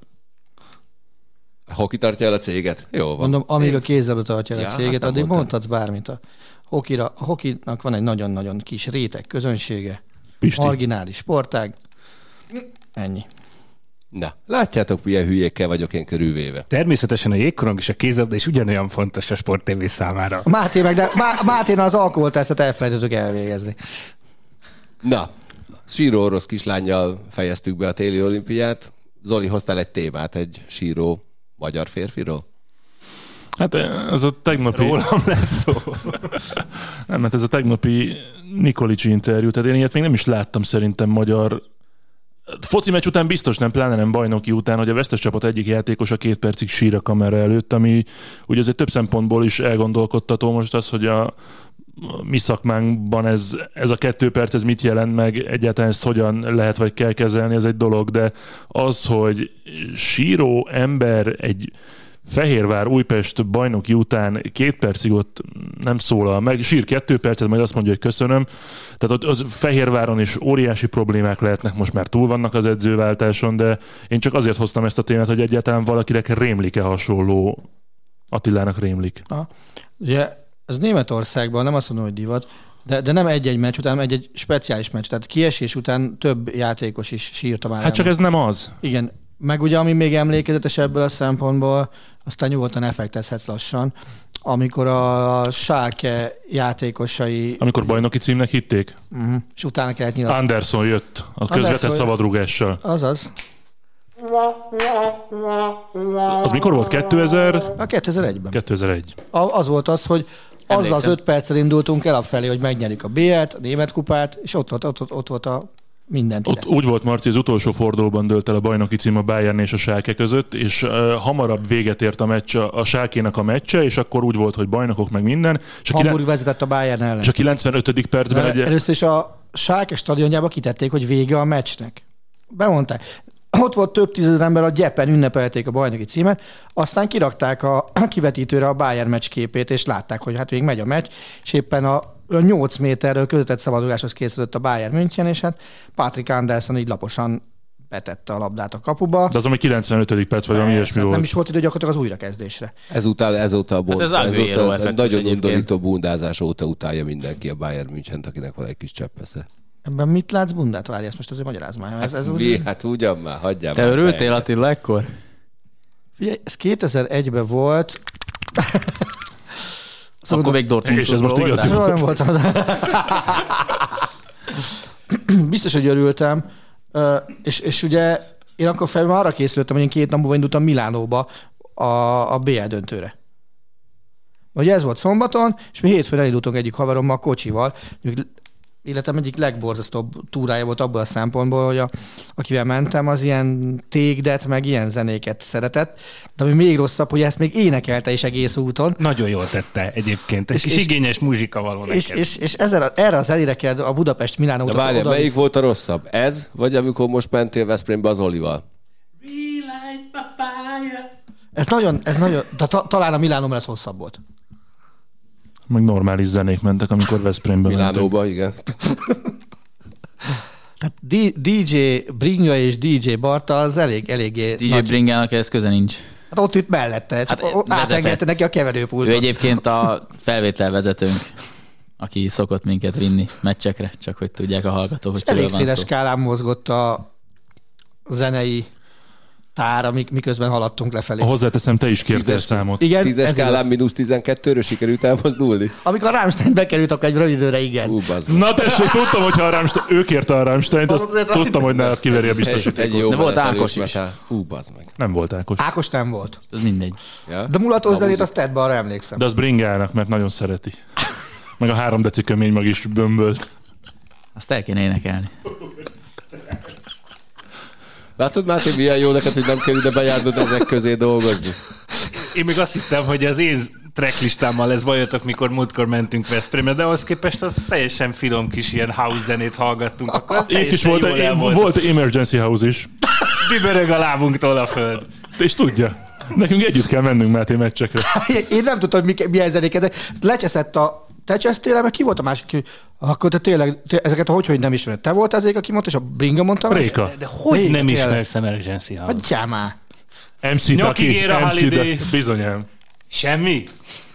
A hoki tartja el a céget? Jó van.
Mondom, amíg Én... a kézilabda tartja el ja, a céget, addig
mondtad.
mondhatsz bármit a hokira. A hokinak van egy nagyon-nagyon kis réteg közönsége.
Pisti.
Marginális sportág. Ennyi.
Na, látjátok, milyen hülyékkel vagyok én körülvéve.
Természetesen a jégkorong és a kézilabda is ugyanolyan fontos a Sport té vé számára.
Máté meg, de Má- Máténa az alkoholtesztet elfelejtettük elvégezni.
Na, síró orosz kislánnyal fejeztük be a téli olimpiát. Zoli, hoztál egy témát egy síró magyar férfiról?
Hát ez a tegnapi...
Rólam lesz szó.
Nem, mert ez a tegnapi Nikolic interjú, tehát én ilyet még nem is láttam szerintem magyar... Foci meccs után biztos nem, pláne nem bajnoki után, hogy a vesztes csapat egyik játékosa két percig sír a kamera előtt, ami ugye azért több szempontból is elgondolkodtató most az, hogy a mi szakmánkban ez, ez a kettő perc, ez mit jelent meg, egyáltalán ezt hogyan lehet vagy kell kezelni, ez egy dolog, de az, hogy síró ember egy Fehérvár Újpest bajnoki után két percig ott nem szólal meg, sír kettő percet, majd azt mondja, hogy köszönöm. Tehát ott, ott Fehérváron is óriási problémák lehetnek, most már túl vannak az edzőváltáson, de én csak azért hoztam ezt a témát, hogy egyáltalán valakinek rémlik-e hasonló, Attilának rémlik.
Aha. Ugye ez Németországban, nem azt mondom, hogy divat, de, de nem egy-egy meccs után, egy-egy speciális meccs. Tehát kiesés után több játékos is sírta már.
Hát csak ez nem az.
Igen. Meg ugye, ami még emlékezetes ebből a szempontból, aztán nyugodtan effektezhetsz lassan, amikor a Schalke játékosai...
Amikor bajnoki címnek hitték?
Uh-huh. És utána kellett nyilatkozni.
Anderson jött a közvetett szabadrúgással.
Azaz.
Az mikor volt? kétezer?
A kétezer-egyben.
kétezer-egy.
A, az volt az, hogy azzal az öt perccel indultunk el afelé, hogy megnyerjük a bé-et, a német kupát, és ott volt, ott, ott, ott volt a mindent ide.
Ott úgy volt, Marci, az utolsó fordulóban dőlt el a bajnoki cím a Bayern és a Schalke között, és uh, hamarabb véget ért a meccs, a Schalkénak a meccse, és akkor úgy volt, hogy bajnokok meg minden. És a
Hamburg kilen... vezetett a Bayern ellen.
És a kilencvenötödik percben egy...
Először is a Schalke stadionjába kitették, hogy vége a meccsnek. Bemondták. Ott volt több tízezer ember, a gyepen ünnepelték a bajnoki címet, aztán kirakták a kivetítőre a Bayern meccs képét, és látták, hogy hát még megy a meccs, és éppen a nyolc méterről közvetett szabaduláshoz készült a Bayern München, és hát Patrick Anderson így laposan betette a labdát a kapuba.
De az ami kilencvenötödik perc, vagy ami ilyesmi volt.
Nem is volt idő gyakorlatilag az újrakezdésre.
Ezután, ezóta a bond,
hát ez
ezóta, nagyon undorító bundázás óta utálja mindenki a Bayern Münchent, akinek van egy kis cseppsze.
Ebben mit látsz bundát? Várj, ezt most azért magyarázd már. Ez, ez
Mi? Hát ugyan már, hagyjál.
Te örültél, Attila, ekkor?
Figyelj, ez kétezer-egyben volt.
Szóval akkor még Dortmund.
És ez most igaz.
Nem voltam. Biztos, hogy örültem. És, és ugye én akkor felül arra készültem, hogy én két nap múlva indultam Milánóba a, a bé el döntőre. Ugye ez volt szombaton, és mi hétfőn elindultunk egyik haverommal kocsival. Életem egyik legborzasztóbb túrája volt abból a szempontból, hogy a, akivel mentem, az ilyen tégdet, meg ilyen zenéket szeretett, de ami még rosszabb, hogy ezt még énekelte is egész úton.
Nagyon jól tette egyébként, és, és igényes muzsika való
és, és, és, és ezzel, erre az zenére kell a Budapest Milánó utat.
De várjál, melyik visz... volt a rosszabb? Ez, vagy amikor most mentél Veszprémbe az Olival?
Ez nagyon, ez nagyon, de ta, talán a Milánóban ez hosszabb volt.
Meg normális zenék mentek, amikor Veszprémbe mentünk.
Milánóba, igen.
Tehát dé dzsé Bringa és dé dzsé Barta az elég, eléggé
dé dzsé nagy... Bringának ez köze nincs.
Hát ott itt mellette, csak hát átengedte neki a keverőpultot.
Ő egyébként a felvételvezetőnk, aki szokott minket vinni meccsekre, csak hogy tudják a hallgatók, hogy
elég széles skálán mozgott a zenei tár, amik, miközben haladtunk lefelé.
Hozzáteszem, te is kértél
Tízes,
számot.
Igen,
tízes skálán mínusz tizenkettőről sikerült elmozdulni?
Amikor a Rammstein bekerült, akkor egy rövid időre igen.
Ú,
Na tessék, tudtam, hogyha a Rammstein, ő kérte a Rammsteint, azt tudtam, hogy nálad kiveri a biztosítékot.
De volt Ákos is.
Hú, bazd meg.
Nem volt Ákos.
Ákos nem volt.
Ez mindegy.
Ja?
De mulatós zenét azt tett be, arra emlékszem.
De az Bringának, mert nagyon szereti. Meg a három deci kömény mag is bömbölt.
Azt el kéne énekelni.
Látod, Máté, milyen jó neked, hogy nem kell ide bejárnod ezek közé dolgozni?
Én még azt hittem, hogy az én tracklistámmal lesz bajotok, mikor múltkor mentünk Veszprémre, de ahhoz képest az teljesen finom kis ilyen house zenét hallgattunk. Akkor az
itt is volt, egy, volt. volt Emergency House is.
Dübörög a lábunktól a föld.
És tudja, nekünk együtt kell mennünk Máté meccsekre.
Én nem tudtam, hogy milyen zenéket. Lecseszett a te csesztél, meg ki volt a másik? Akkor te tényleg, te, ezeket a hogy, hogy nem ismered? Te volt ezek, aki mondta, és a Bringa mondta?
Réka.
De, de hogy Réka, nem tényleg ismersz Emergency House?
Hagyjál már.
em cé Taki, em cé bizonyám.
Semmi?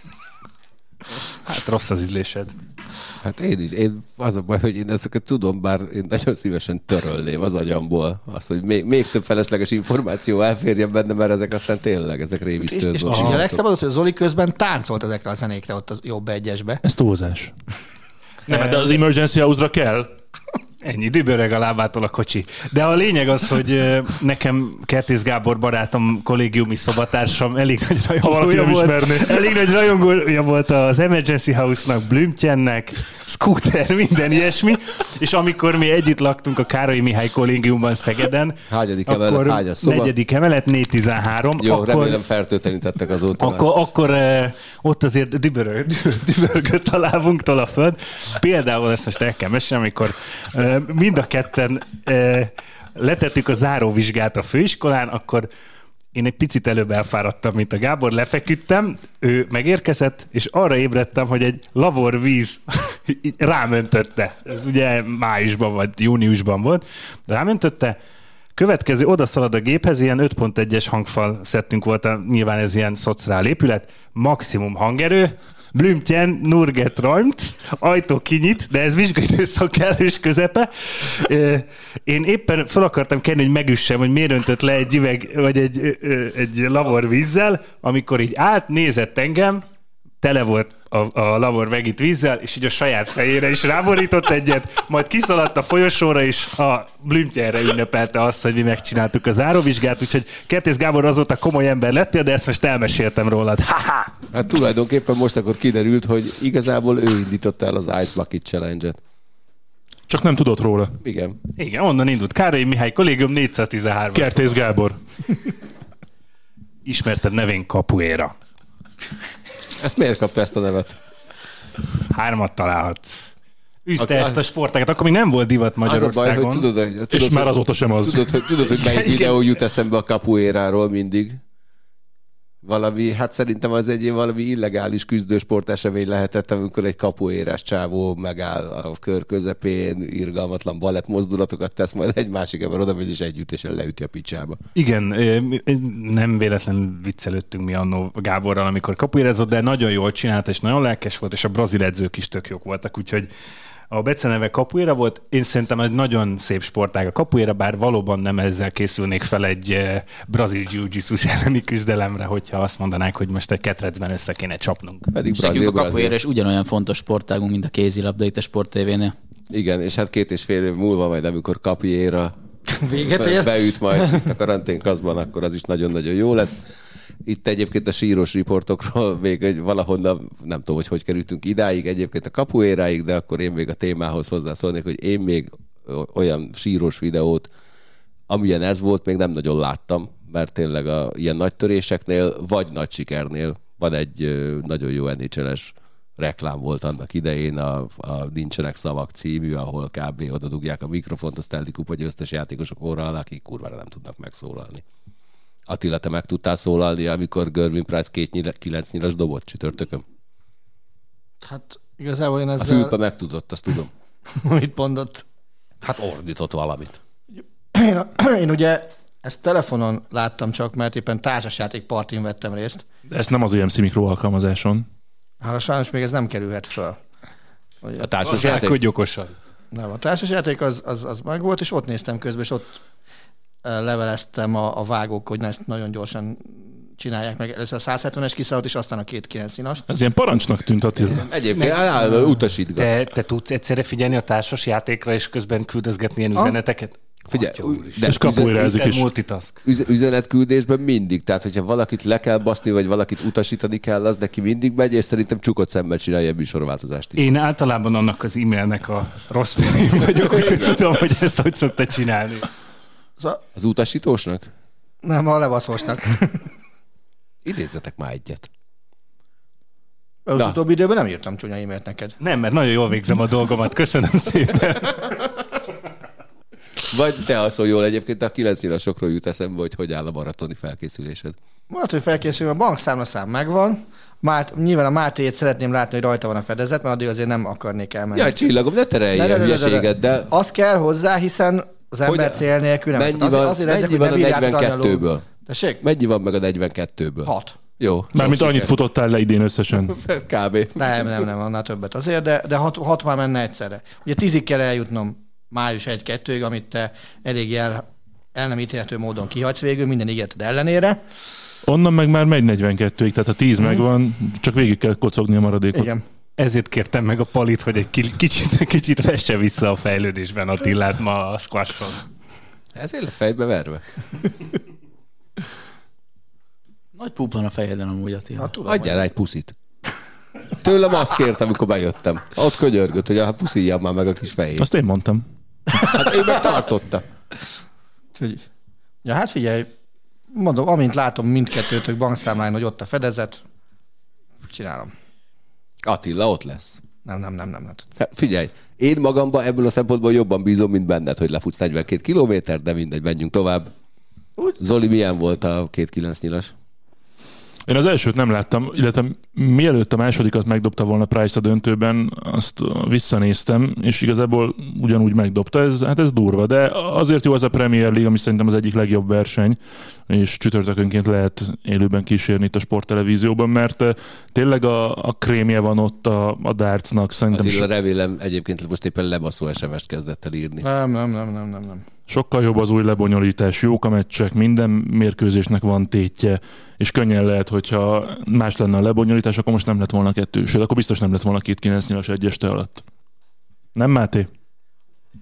Hát rossz az ízlésed.
Hát én is. Én, az a baj, hogy én ezeket tudom, bár én nagyon szívesen törölném az agyamból. Azt, hogy még, még több felesleges információ elférjen benne, mert ezek aztán tényleg, ezek rémisztő.
És, és, és ugye a legszabadott, hogy Zoli közben táncolt ezekre a zenékre ott a jobb egyesbe.
Ez túlzás. Nem, de az Emergency House-ra kell.
Ennyi, dübörög a lábától a kocsi. De a lényeg az, hogy nekem Kertész Gábor barátom, kollégiumi szobatársam elég nagy rajongója volt. Elég nagy rajongója volt az Emergency House-nak, Blümtjennek, Scooter, minden ilyesmi. És amikor mi együtt laktunk a Károly Mihály kollégiumban Szegeden,
hányadik emelet, hányas szoba?
Negyedik emelet, négyszáztizenhárom.
Jó,
akkor,
remélem fertőtlenítettek azóta.
Akkor, akkor eh, ott azért dübörög, dübörgött a lábunktól a föld. Például ezt most el kell mesélni, amikor eh, mind a ketten e, letettük a záróvizsgát a főiskolán, akkor én egy picit előbb elfáradtam, mint a Gábor, lefeküdtem, ő megérkezett, és arra ébredtem, hogy egy lavorvíz rám öntötte. Ez ugye májusban vagy júniusban volt. Rám öntötte, következő odaszalad a géphez, ilyen öt pont egyes hangfal szettünk volt, nyilván ez ilyen szocrál épület, maximum hangerő, Blümtjen, Nurget Rajmt, ajtó kinyit, de ez vizsgaidőszak kellős közepe. Én éppen fel akartam kenni, hogy megüssem, hogy miért öntött le egy üveg, vagy egy, egy lavor vízzel, amikor így állt, nézett engem, tele volt a, a lavor vegit vízzel, és így a saját fejére is ráborított egyet, majd kiszaladt a folyosóra, és a Blümtjenre ünnepelte azt, hogy mi megcsináltuk a záróvizsgát, úgyhogy Kertész Gábor azóta komoly ember lettél, de ezt most elmeséltem rólad. Ha-ha!
Hát tulajdonképpen most akkor kiderült, hogy igazából ő indította el az Ice Bucket Challenge-et.
Csak nem tudott róla.
Igen.
Igen, onnan indult. Károly Mihály Kollégium négyszáztizenhárom.
Kertész Gábor.
Ismerted nevén Capoeira.
Ezt miért kapta ezt a nevet?
Hármat találhatsz. Üzte ezt a sportágat, akkor még nem volt divat Magyarországon.
Az a baj, hogy tudod, hogy, tudod,
és
hogy,
már azóta sem az.
Tudod, hogy, tudod, hogy melyik videó jut eszembe a capoeiráról mindig? Valami, hát szerintem az egy valami illegális küzdősport esemény lehetett, amikor egy capoeirás csávó megáll a kör közepén, irgalmatlan balett mozdulatokat tesz, majd egy másik ember oda megy és együttesen leüti a picsába.
Igen, nem véletlen viccelődtünk mi annó Gáborral, amikor capoeirázott, de nagyon jól csinált, és nagyon lelkes volt, és a brazil edzők is tök jók voltak, úgyhogy a beceneve capoeira volt, én szerintem egy nagyon szép sportág a capoeira, bár valóban nem ezzel készülnék fel egy brazil jiu-jitsus elleni küzdelemre, hogyha azt mondanák, hogy most egy ketrecben össze kéne csapnunk.
Pedig
és
brazil,
a capoeira is ugyanolyan fontos sportágunk, mint a kézilabda itt a Sport té vénél.
Igen, és hát két és fél év múlva majd, amikor capoeira
Véget ér.
beüt majd itt a karanténkaszban, akkor az is nagyon-nagyon jó lesz. Itt egyébként a síros riportokról még egy valahonnan, nem tudom, hogy hogy kerültünk idáig, egyébként a capoeiráig, de akkor én még a témához hozzászólnék, hogy én még olyan síros videót, amilyen ez volt, még nem nagyon láttam, mert tényleg a ilyen nagy töréseknél, vagy nagy sikernél van egy nagyon jó en há el-es reklám volt annak idején, a, a Nincsenek szavak című, ahol kb. Oda dugják a mikrofont a Stanley Kupa győztes játékosok orra alá, akik kurvára nem tudnak megszólalni. Attila, te meg tudtál szólalni, amikor Gervin Price két nyile, kilenc nyilas dobott csütörtökön?
Hát igazából én ezzel...
A Fülpe meg tudott, azt tudom.
Mit mondott?
Hát ordított valamit.
Én, én ugye ezt telefonon láttam csak, mert éppen társasjáték partin vettem részt.
De ezt nem az é em cé mikro alkalmazáson.
Hát sajnos még ez nem kerülhet föl.
A társasjáték?
Hogy okosan.
Nem, a társasjáték az, az, az meg volt, és ott néztem közben, és ott leveleztem a, a vágók, hogy ezt nagyon gyorsan csinálják meg. Először a száz hetvenes kiszállott, és aztán a két kilenc színast.
Ez ilyen parancsnak tűnt, Attila.
Egyébként állva utasítgat.
Te, te tudsz egyszerre figyelni a társas játékra, és közben küldözgetni ilyen üzeneteket?
Figyelj,
de és capoeirázik is.
Multitask.
Üzenetküldésben mindig. Tehát, hogyha valakit le kell baszni, vagy valakit utasítani kell, az neki mindig megy, és szerintem csukott szemmel csinálja a műsorváltozást is.
Én általában annak az e-mailnek a rossz felén vagyok, hogy tudom, hogy ezt hogy szokta csinálni.
Az utasítósnak?
Nem, a levaszósnak.
Idézzetek már egyet.
Az
Na.
utóbbi időben nem írtam csúnya e-mailt neked.
Nem, mert nagyon jól végzem a dolgomat. Köszönöm szépen.
Vagy te alszol jól egyébként, a kilenc nyilasokról jut eszembe, hogy hogy áll a maratoni felkészülésed.
Maratoni felkészülés, a bankszámlaszám megvan. Mát, nyilván a Mátéjét szeretném látni, hogy rajta van a fedezet, mert addig azért nem akarnék elmenni.
Ja, csillagom, ne terelj ilyen hülyeséget, de...
Az kell hozzá, hiszen az ember
Hogy-
cél nélkül nem.
Mennyi
Azért-
van,
azért edzek,
mennyi
hogy
van a
ne bírjátok
negyvenkettőből?
Tessék?
Mennyi van meg a negyvenkettőből?
Hat.
Jó.
Mármint
sok
annyit
siker.
futottál le idén összesen.
Kb.
Nem, nem, nem, annál többet azért, de, de hat, hat már menne egyszerre. Ugye tízig kell eljutnom május egy-kettőig, amit te elég el, el nem ítélhető módon kihagysz végül, minden ígéreted ellenére.
Onnan meg már megy negyvenkettőig, tehát a tíz megvan, csak végig kell kocogni a maradékot.
Igen.
Ezért kértem meg a Palit, hogy egy ki- kicsit, kicsit vesse vissza a fejlődésben Attilát ma a squashon.
Ezért lett fejbe verve.
Nagy pup van a fejeden amúgy, Attila.
Hát, tudom,
Adjál rá egy puszit. Tőlem azt kértem, amikor bejöttem. Ott könyörgött, hogy hát pusziljam már meg a kis fejét.
Azt én mondtam.
Hát ő meg tartotta.
hogy... Ja, hát figyelj, mondom, amint látom mindkettőtök bankszámláin, hogy ott a fedezet, csinálom.
Attila ott lesz.
Nem, nem, nem, nem. nem.
Hát figyelj, én magamban ebből a szempontból jobban bízom, mint benned, hogy lefutsz negyvenkét kilométer, de mindegy, menjünk tovább.
Úgy.
Zoli, milyen volt a két kilenc nyilas?
Én az elsőt nem láttam, illetve mielőtt a másodikat megdobta volna Price a döntőben, azt visszanéztem, és igazából ugyanúgy megdobta. Ez, hát ez durva, de azért jó az a Premier League, ami szerintem az egyik legjobb verseny, és csütörtökönként lehet élőben kísérni itt a sporttelevízióban, mert tényleg a, a krémje van ott a, a dartsnak. Szerintem
Attila,
so,
remélem egyébként most éppen lebaszó es em es-t kezdett el írni.
Nem, nem, nem, nem, nem, nem.
sokkal jobb az új lebonyolítás, jók a meccsek, minden mérkőzésnek van tétje, és könnyen lehet, hogyha más lenne a lebonyolítás, akkor most nem lett volna kettő, sőt, akkor biztos nem lett volna két kilenc nyilas egy este alatt. Nem, Máté?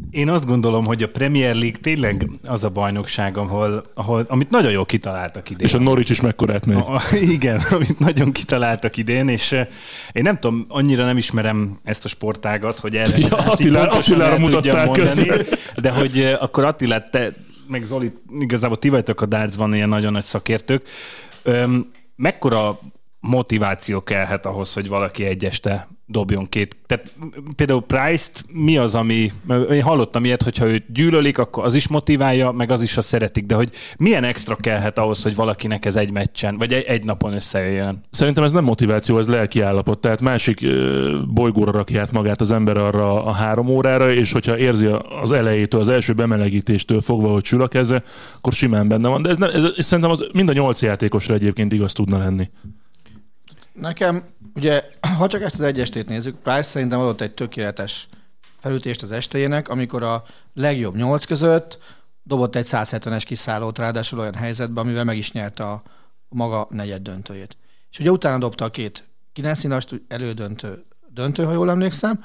Én azt gondolom, hogy a Premier League tényleg az a bajnokság, ahol, ahol amit nagyon jól kitaláltak idén.
És a Norwich is mekkorát megy.
A, igen, amit nagyon kitaláltak idén, és én nem tudom, annyira nem ismerem ezt a sportágat, hogy erre
ja, Attilá, Attilára mutatták
mondani, de hogy akkor Attilát, te, meg Zoli, igazából ti vagytok a dartsban ilyen nagyon nagy szakértők. Öm, mekkora motiváció kellhet ahhoz, hogy valaki egy este dobjon két. Tehát például Price-t mi az, ami... Én hallottam ilyet, hogyha őt gyűlölik, akkor az is motiválja, meg az is, ha szeretik, de hogy milyen extra kellhet ahhoz, hogy valakinek ez egy meccsen, vagy egy, egy napon összejöjjön?
Szerintem ez nem motiváció, ez lelki állapot. Tehát másik bolygóra rakja át magát az ember arra a három órára, és hogyha érzi az elejétől, az első bemelegítéstől fogva, hogy sül a keze, akkor simán benne van. De ez, nem, ez, ez szerintem az mind a nyolc játékosra egyébként igaz tudna lenni.
Nekem, ugye, ha csak ezt az egy estét nézzük, Price szerintem adott egy tökéletes felütést az estéjének, amikor a legjobb nyolc között dobott egy száz hetvenes kiszállót, ráadásul olyan helyzetben, amivel meg is nyerte a, a maga negyed döntőjét. És ugye utána dobta a két kilenc nyilast, elődöntő döntő, ha jól emlékszem.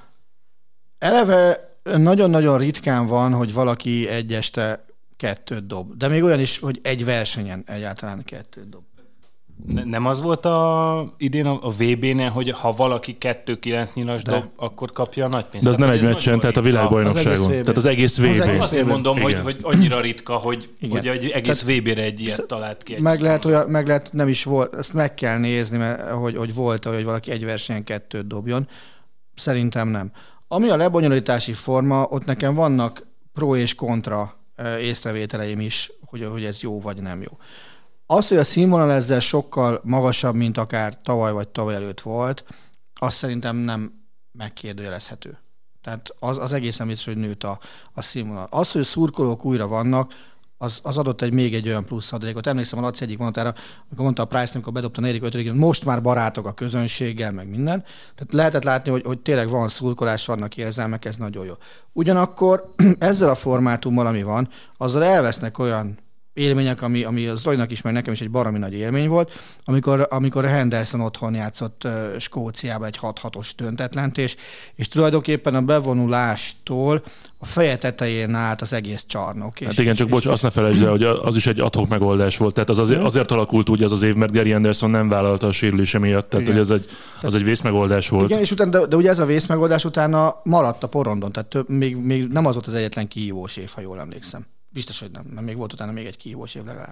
Eleve nagyon-nagyon ritkán van, hogy valaki egy este kettőt dob. De még olyan is, hogy egy versenyen egyáltalán kettőt dob.
Ne, nem az volt a, idén a, a vé bé-nél, hogy ha valaki kettő kilenc nyilas dob, akkor kapja a nagy pénzt.
De az nem egy meccsen, tehát a világbajnokságon. Az tehát az egész vé bé.
Az Azért mondom, hogy, hogy annyira ritka, hogy, hogy egy egész vé bé-re egy ilyet talált ki.
Meg lehet, olyan, meg lehet, nem is volt, ezt meg kell nézni, mert, hogy, hogy volt, hogy valaki egy versenyen kettőt dobjon. Szerintem nem. Ami a lebonyolítási forma, ott nekem vannak pro és kontra észrevételeim is, hogy, hogy ez jó vagy nem jó. Az, hogy a színvonal ezzel sokkal magasabb, mint akár tavaly vagy tavaly előtt volt, az szerintem nem megkérdőjelezhető. Tehát az, az egészen biztos, hogy nőtt a, a színvonal. Az, hogy szurkolók újra vannak, az, az adott egy még egy olyan plusz adalékot. Emlékszem a Laci egyik mondatára, amikor mondta a Price, amikor bedobta a negyedik, ötödik, most már barátok a közönséggel, meg minden. Tehát lehetett látni, hogy, hogy tényleg van szurkolás, vannak érzelmek, ez nagyon jó. Ugyanakkor ezzel a formátummal, ami van, azzal elvesznek olyan élmények, ami, ami az Zolinak is, meg nekem is egy baromi nagy élmény volt, amikor, amikor Henderson otthon játszott uh, Skóciába egy hat hatos döntetlent, és, és tulajdonképpen a bevonulástól a feje tetején állt az egész csarnok.
Hát és, igen, csak és, bocs, és azt ne felejtsd el, hogy az is egy ad-hoc megoldás volt. Tehát az azért, azért alakult úgy az az év, mert Gary Anderson nem vállalta a sérülése miatt, tehát igen. Hogy ez egy, az egy vészmegoldás volt. Igen,
és utána, de, de ugye ez a vészmegoldás utána maradt a porondon, tehát több, még, még nem az volt az egyetlen kihívós év, ha jól emlékszem. Biztos, hogy nem, mert még volt utána még egy kihívós év legalább.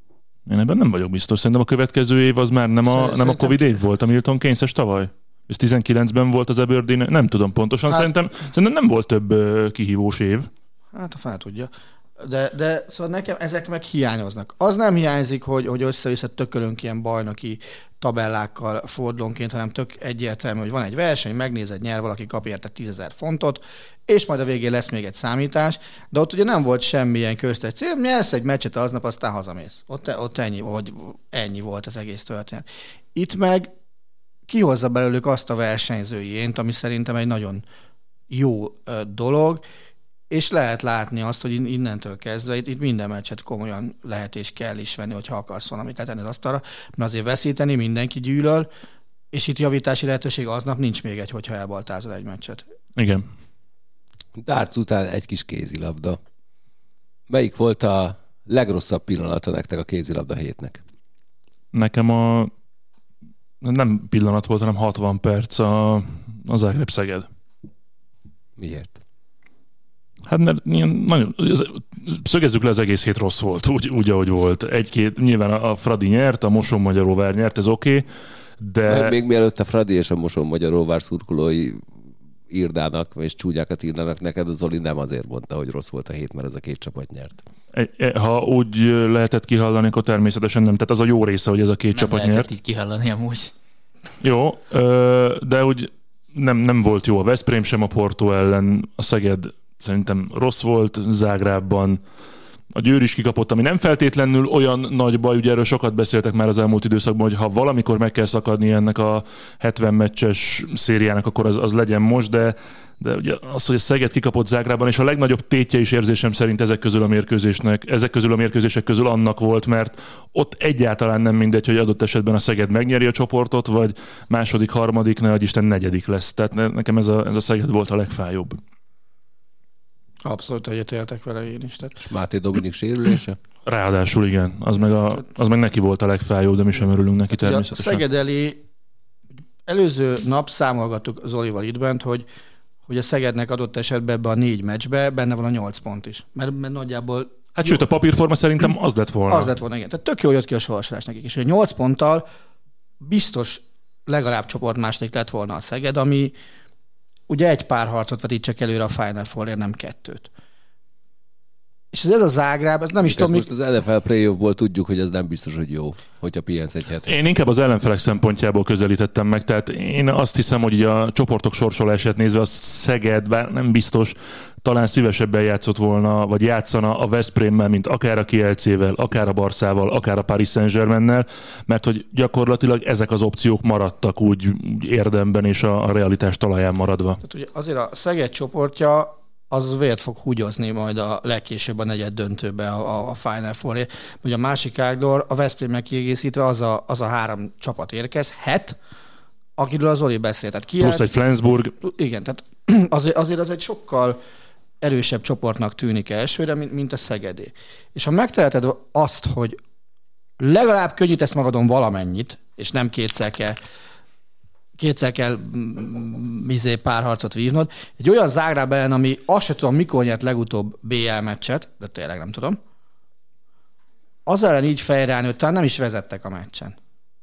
Én ebben nem vagyok biztos. Szerintem a következő év az már nem a, nem a Covid év volt, a Milton Keynes-es tavaly. És tizenkilencben volt az Aberdeen, nem tudom pontosan, hát, szerintem, szerintem nem volt több uh, kihívós év.
Hát a fel tudja. De, de szóval nekem ezek meg hiányoznak. Az nem hiányzik, hogy, hogy össze-vissza tökölünk ilyen bajnoki tabellákkal fordulónként, hanem tök egyértelmű, hogy van egy verseny, megnézed, nyer valaki, kap érte tízezer fontot, és majd a végén lesz még egy számítás, de ott ugye nem volt semmilyen köztes cél, nyersz egy meccset aznap, aztán hazamész. Ott, ott ennyi, vagy ennyi volt az egész történet. Itt meg kihozza belőlük azt a versenyzőjént, ami szerintem egy nagyon jó dolog, és lehet látni azt, hogy innentől kezdve itt, itt minden meccset komolyan lehet és kell is venni, hogyha akarsz valamit letenni az asztalra, mert azért veszíteni mindenki gyűlöl, és itt javítási lehetőség aznap nincs még egy, hogyha elbaltázol egy meccset.
Igen.
Darts után egy kis kézilabda. Melyik volt a legrosszabb pillanata nektek a kézilabda hétnek?
Nekem a nem pillanat volt, hanem hatvan perc a, a Zágráb Szeged.
Miért?
Hát mert ilyen nagyon, szögezzük le, az egész hét rossz volt, úgy, úgy ahogy volt. Egy-két, nyilván a Fradi nyert, a Moson-Magyaróvár nyert, ez oké, okay, de...
Még, még mielőtt a Fradi és a Moson-Magyaróvár szurkolói írdának, és csúnyákat írnának neked, az Zoli nem azért mondta, hogy rossz volt a hét, mert ez a két csapat nyert.
Ha úgy lehetett kihallani, akkor természetesen nem. Tehát az a jó része, hogy ez a két nem csapat nyert. Nem
lehetett így kihallani amúgy.
Jó, de úgy nem, nem volt jó a Veszprém sem a Porto ellen, a Szeged szerintem rossz volt, Zágrábban a Győr is kikapott, ami nem feltétlenül olyan nagy baj, ugye erről sokat beszéltek már az elmúlt időszakban, hogy ha valamikor meg kell szakadni ennek a hetven meccses szériának, akkor az, az legyen most, de, de ugye az, hogy a Szeged kikapott Zágrában, és a legnagyobb tétje is érzésem szerint ezek közül a mérkőzésnek, ezek közül a mérkőzések közül annak volt, mert ott egyáltalán nem mindegy, hogy adott esetben a Szeged megnyeri a csoportot, vagy második, harmadik, ne adj Isten negyedik lesz. Tehát nekem ez a, ez a Szeged volt a legfájóbb.
Abszolút egyetértek vele én is. Tehát...
És Máté Dominik sérülése?
Ráadásul igen, az meg, a, az meg neki volt a legfájóbb, de mi sem örülünk neki
tehát
természetesen.
A Szeged elé előző nap számolgattuk Zolival itt bent, hogy, hogy a Szegednek adott esetben ebbe a négy meccsbe benne van a nyolc pont is. Mert, mert nagyjából...
Hát sőt, a papírforma szerintem az lett volna.
Az lett volna, igen. Tehát tök jól jött ki a sorsolás nekik. És a nyolc ponttal biztos legalább csoport második lett volna a Szeged, ami ugye egy pár harcot vett itt csak előre a Final Four-ért, nem kettőt. És ez a Zágráb, ez nem is tudom...
Most az en ef el playoffból tudjuk, hogy ez nem biztos, hogy jó, hogyha pihensz egy hetet.
Én inkább az ellenfelek szempontjából közelítettem meg, tehát én azt hiszem, hogy a csoportok sorsolását nézve a Szeged, bár nem biztos, talán szívesebben játszott volna, vagy játszana a Veszprémmel, mint akár a Kielcével, akár a Barszával, akár a Paris Saint-Germainnel, mert hogy gyakorlatilag ezek az opciók maradtak úgy, úgy érdemben és a, a realitás talaján maradva.
Tehát ugye azért a Szeged csoportja az vért fog húgyozni majd a legkésőbb a negyed döntőbe a, a Final Four-ért. Ugye a másik ágdor, a Veszprémmel kiegészítve az a, az a három csapat érkezhet, akiről az Zoli beszélt. Tehát Kielc,
plusz egy Flensburg.
Igen, tehát azért, azért az egy sokkal erősebb csoportnak tűnik elsőre, mint, mint a Szegedé. És ha megteheted azt, hogy legalább könnyítesz magadon valamennyit, és nem kétszer kell kétszer kell izé párharcot vívnod. Egy olyan Zágráb ellen, ami azt sem tudom, mikor nyert legutóbb bé el meccset, de tényleg nem tudom, az ellen így fejreállni, hogy talán nem is vezettek a meccsen.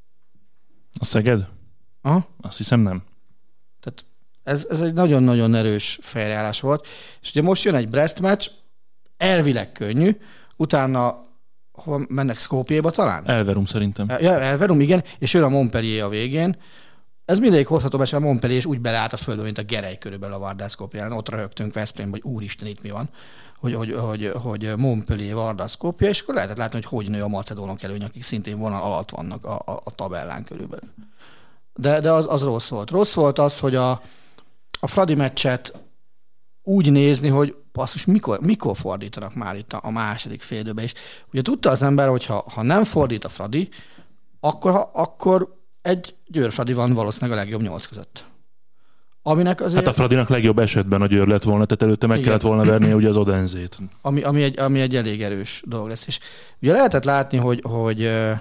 A Szeged?
Aha.
Azt hiszem nem.
Tehát ez, ez egy nagyon-nagyon erős fejreállás volt. És ugye most jön egy Brest meccs, elvileg könnyű, utána hova mennek, Skopjéba talán?
Elverum szerintem.
Ja, Elverum, igen, és jön a Montpellier a végén. Ez mindegyik hozható be, és a Montpellier is úgy beleállt a földbe, mint a Gerej körülbelül a Vardar-Skopján. Ott röhögtünk Veszprémben, hogy úristen, itt mi van, hogy, hogy, hogy, hogy Montpellier, Vardar-Skopje, és akkor lehetett látni, hogy hogy nő a macedónok előny, akik szintén vonal alatt vannak a, a, a tabellán körülbelül. De, de az, az rossz volt. Rossz volt az, hogy a, a Fradi meccset úgy nézni, hogy basszus, mikor, mikor fordítanak már itt a, a második félidőbe. És ugye tudta az ember, hogy ha, ha nem fordít a Fradi, akkor, ha, akkor egy Győr-Fradi van valószínűleg a legjobb nyolc között. Aminek azért... Hát
a Fradinak legjobb esetben a Győr lett volna, tehát előtte meg Igen. kellett volna vernie ugye az Odenzét.
Ami, ami, egy, ami egy elég erős dolog lesz. És ugye lehetett látni, hogy, hogy uh,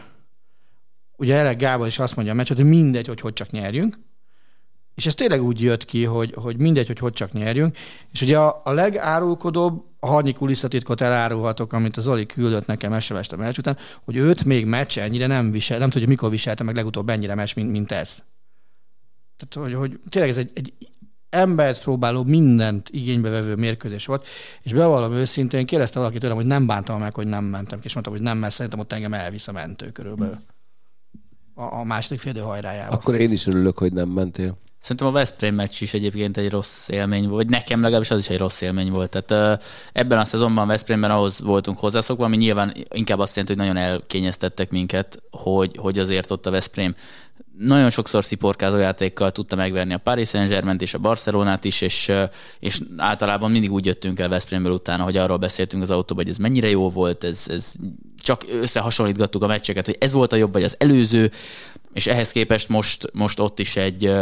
ugye Elek Gábor is azt mondja a meccset, hogy mindegy, hogy hogy csak nyerjünk. És ez tényleg úgy jött ki, hogy, hogy mindegy, hogy hogy csak nyerjünk. És ugye a, a legárulkodóbb, a harnyi kulisszatitkot elárulhatok, amit az Zoli küldött nekem es em es-t a meccs után, hogy őt még meccs ennyire nem visel, nem tudja, mikor viselte meg legutóbb ennyire meccs, mint, mint ez. Tehát, hogy, hogy tényleg ez egy, egy embert próbáló, mindent igénybe vevő mérkőzés volt, és bevallom őszintén, kérdezte valaki tőlem, hogy nem bántam meg, hogy nem mentem, és mondtam, hogy nem, mert szerintem ott engem elvisz a mentő körülbelül. A, a második félidő hajrájába.
Akkor én is örülök, hogy nem mentél.
Szerintem a Veszprém meccs is egyébként egy rossz élmény volt, vagy nekem legalábbis az is egy rossz élmény volt. Tehát uh, ebben a szezonban Veszprémben ahhoz voltunk hozzászokva, ami nyilván inkább azt jelenti, hogy nagyon elkényeztettek minket, hogy, hogy azért ott a Veszprém nagyon sokszor sziporkázó játékkal tudta megverni a Paris Saint-Germaint és a Barcelonát is, és, és általában mindig úgy jöttünk el Veszprémből utána, hogy arról beszéltünk az autóban, hogy ez mennyire jó volt, ez, ez csak összehasonlítgattuk a meccseket, hogy ez volt a jobb, vagy az előző, és ehhez képest most, most ott is egy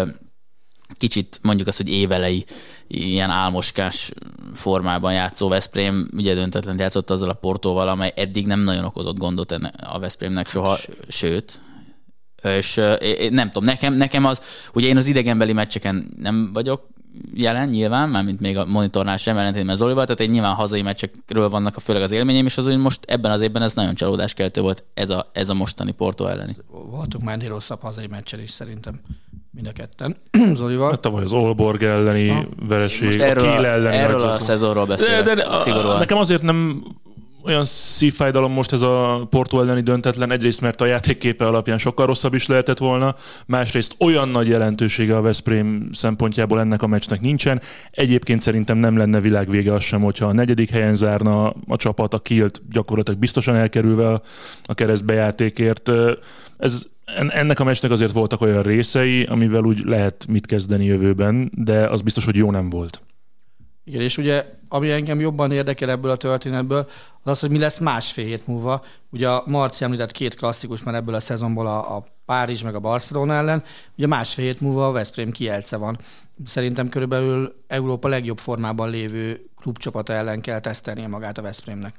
kicsit mondjuk azt, hogy évelei ilyen álmoskás formában játszó Veszprém, ugye döntetlen játszott azzal a Portóval, amely eddig nem nagyon okozott gondot a Veszprémnek soha, sőt. sőt. És nem tudom, nekem, nekem az, ugye én az idegenbeli meccseken nem vagyok jelen nyilván, mármint még a monitornál sem ellentétben Zolival, tehát egy nyilván hazai meccsekről vannak a főleg az élményeim, és az, hogy most ebben az évben ez nagyon csalódáskeltő volt ez a, ez a mostani Porto elleni.
Voltunk már ennél rosszabb hazai meccsen is szerintem. Mind a ketten. Zolival.
Hát tavaly az Aalborg elleni ha. vereség, a Kiel elleni.
Erről a szezonról beszélek, de, de, de, szigorúan.
Nekem azért nem olyan szívfájdalom most ez a Porto elleni döntetlen, egyrészt mert a játékképe alapján sokkal rosszabb is lehetett volna, másrészt olyan nagy jelentősége a Veszprém szempontjából ennek a meccsnek nincsen. Egyébként szerintem nem lenne világvége az sem, hogyha a negyedik helyen zárna a csapat, a Kielt gyakorlatilag biztosan elkerülve a, a keresztbejátékért. Ez Ennek a meccsnek azért voltak olyan részei, amivel úgy lehet mit kezdeni jövőben, de az biztos, hogy jó nem volt.
Igen, és ugye, ami engem jobban érdekel ebből a történetből, az az, hogy mi lesz másfél hét múlva. Ugye a Marci említett két klasszikus már ebből a szezonból, a, a Párizs meg a Barcelona ellen, ugye másfél hét múlva a Veszprém Kielce van. Szerintem körülbelül Európa legjobb formában lévő klubcsapata ellen kell tesztelnie magát a Veszprémnek.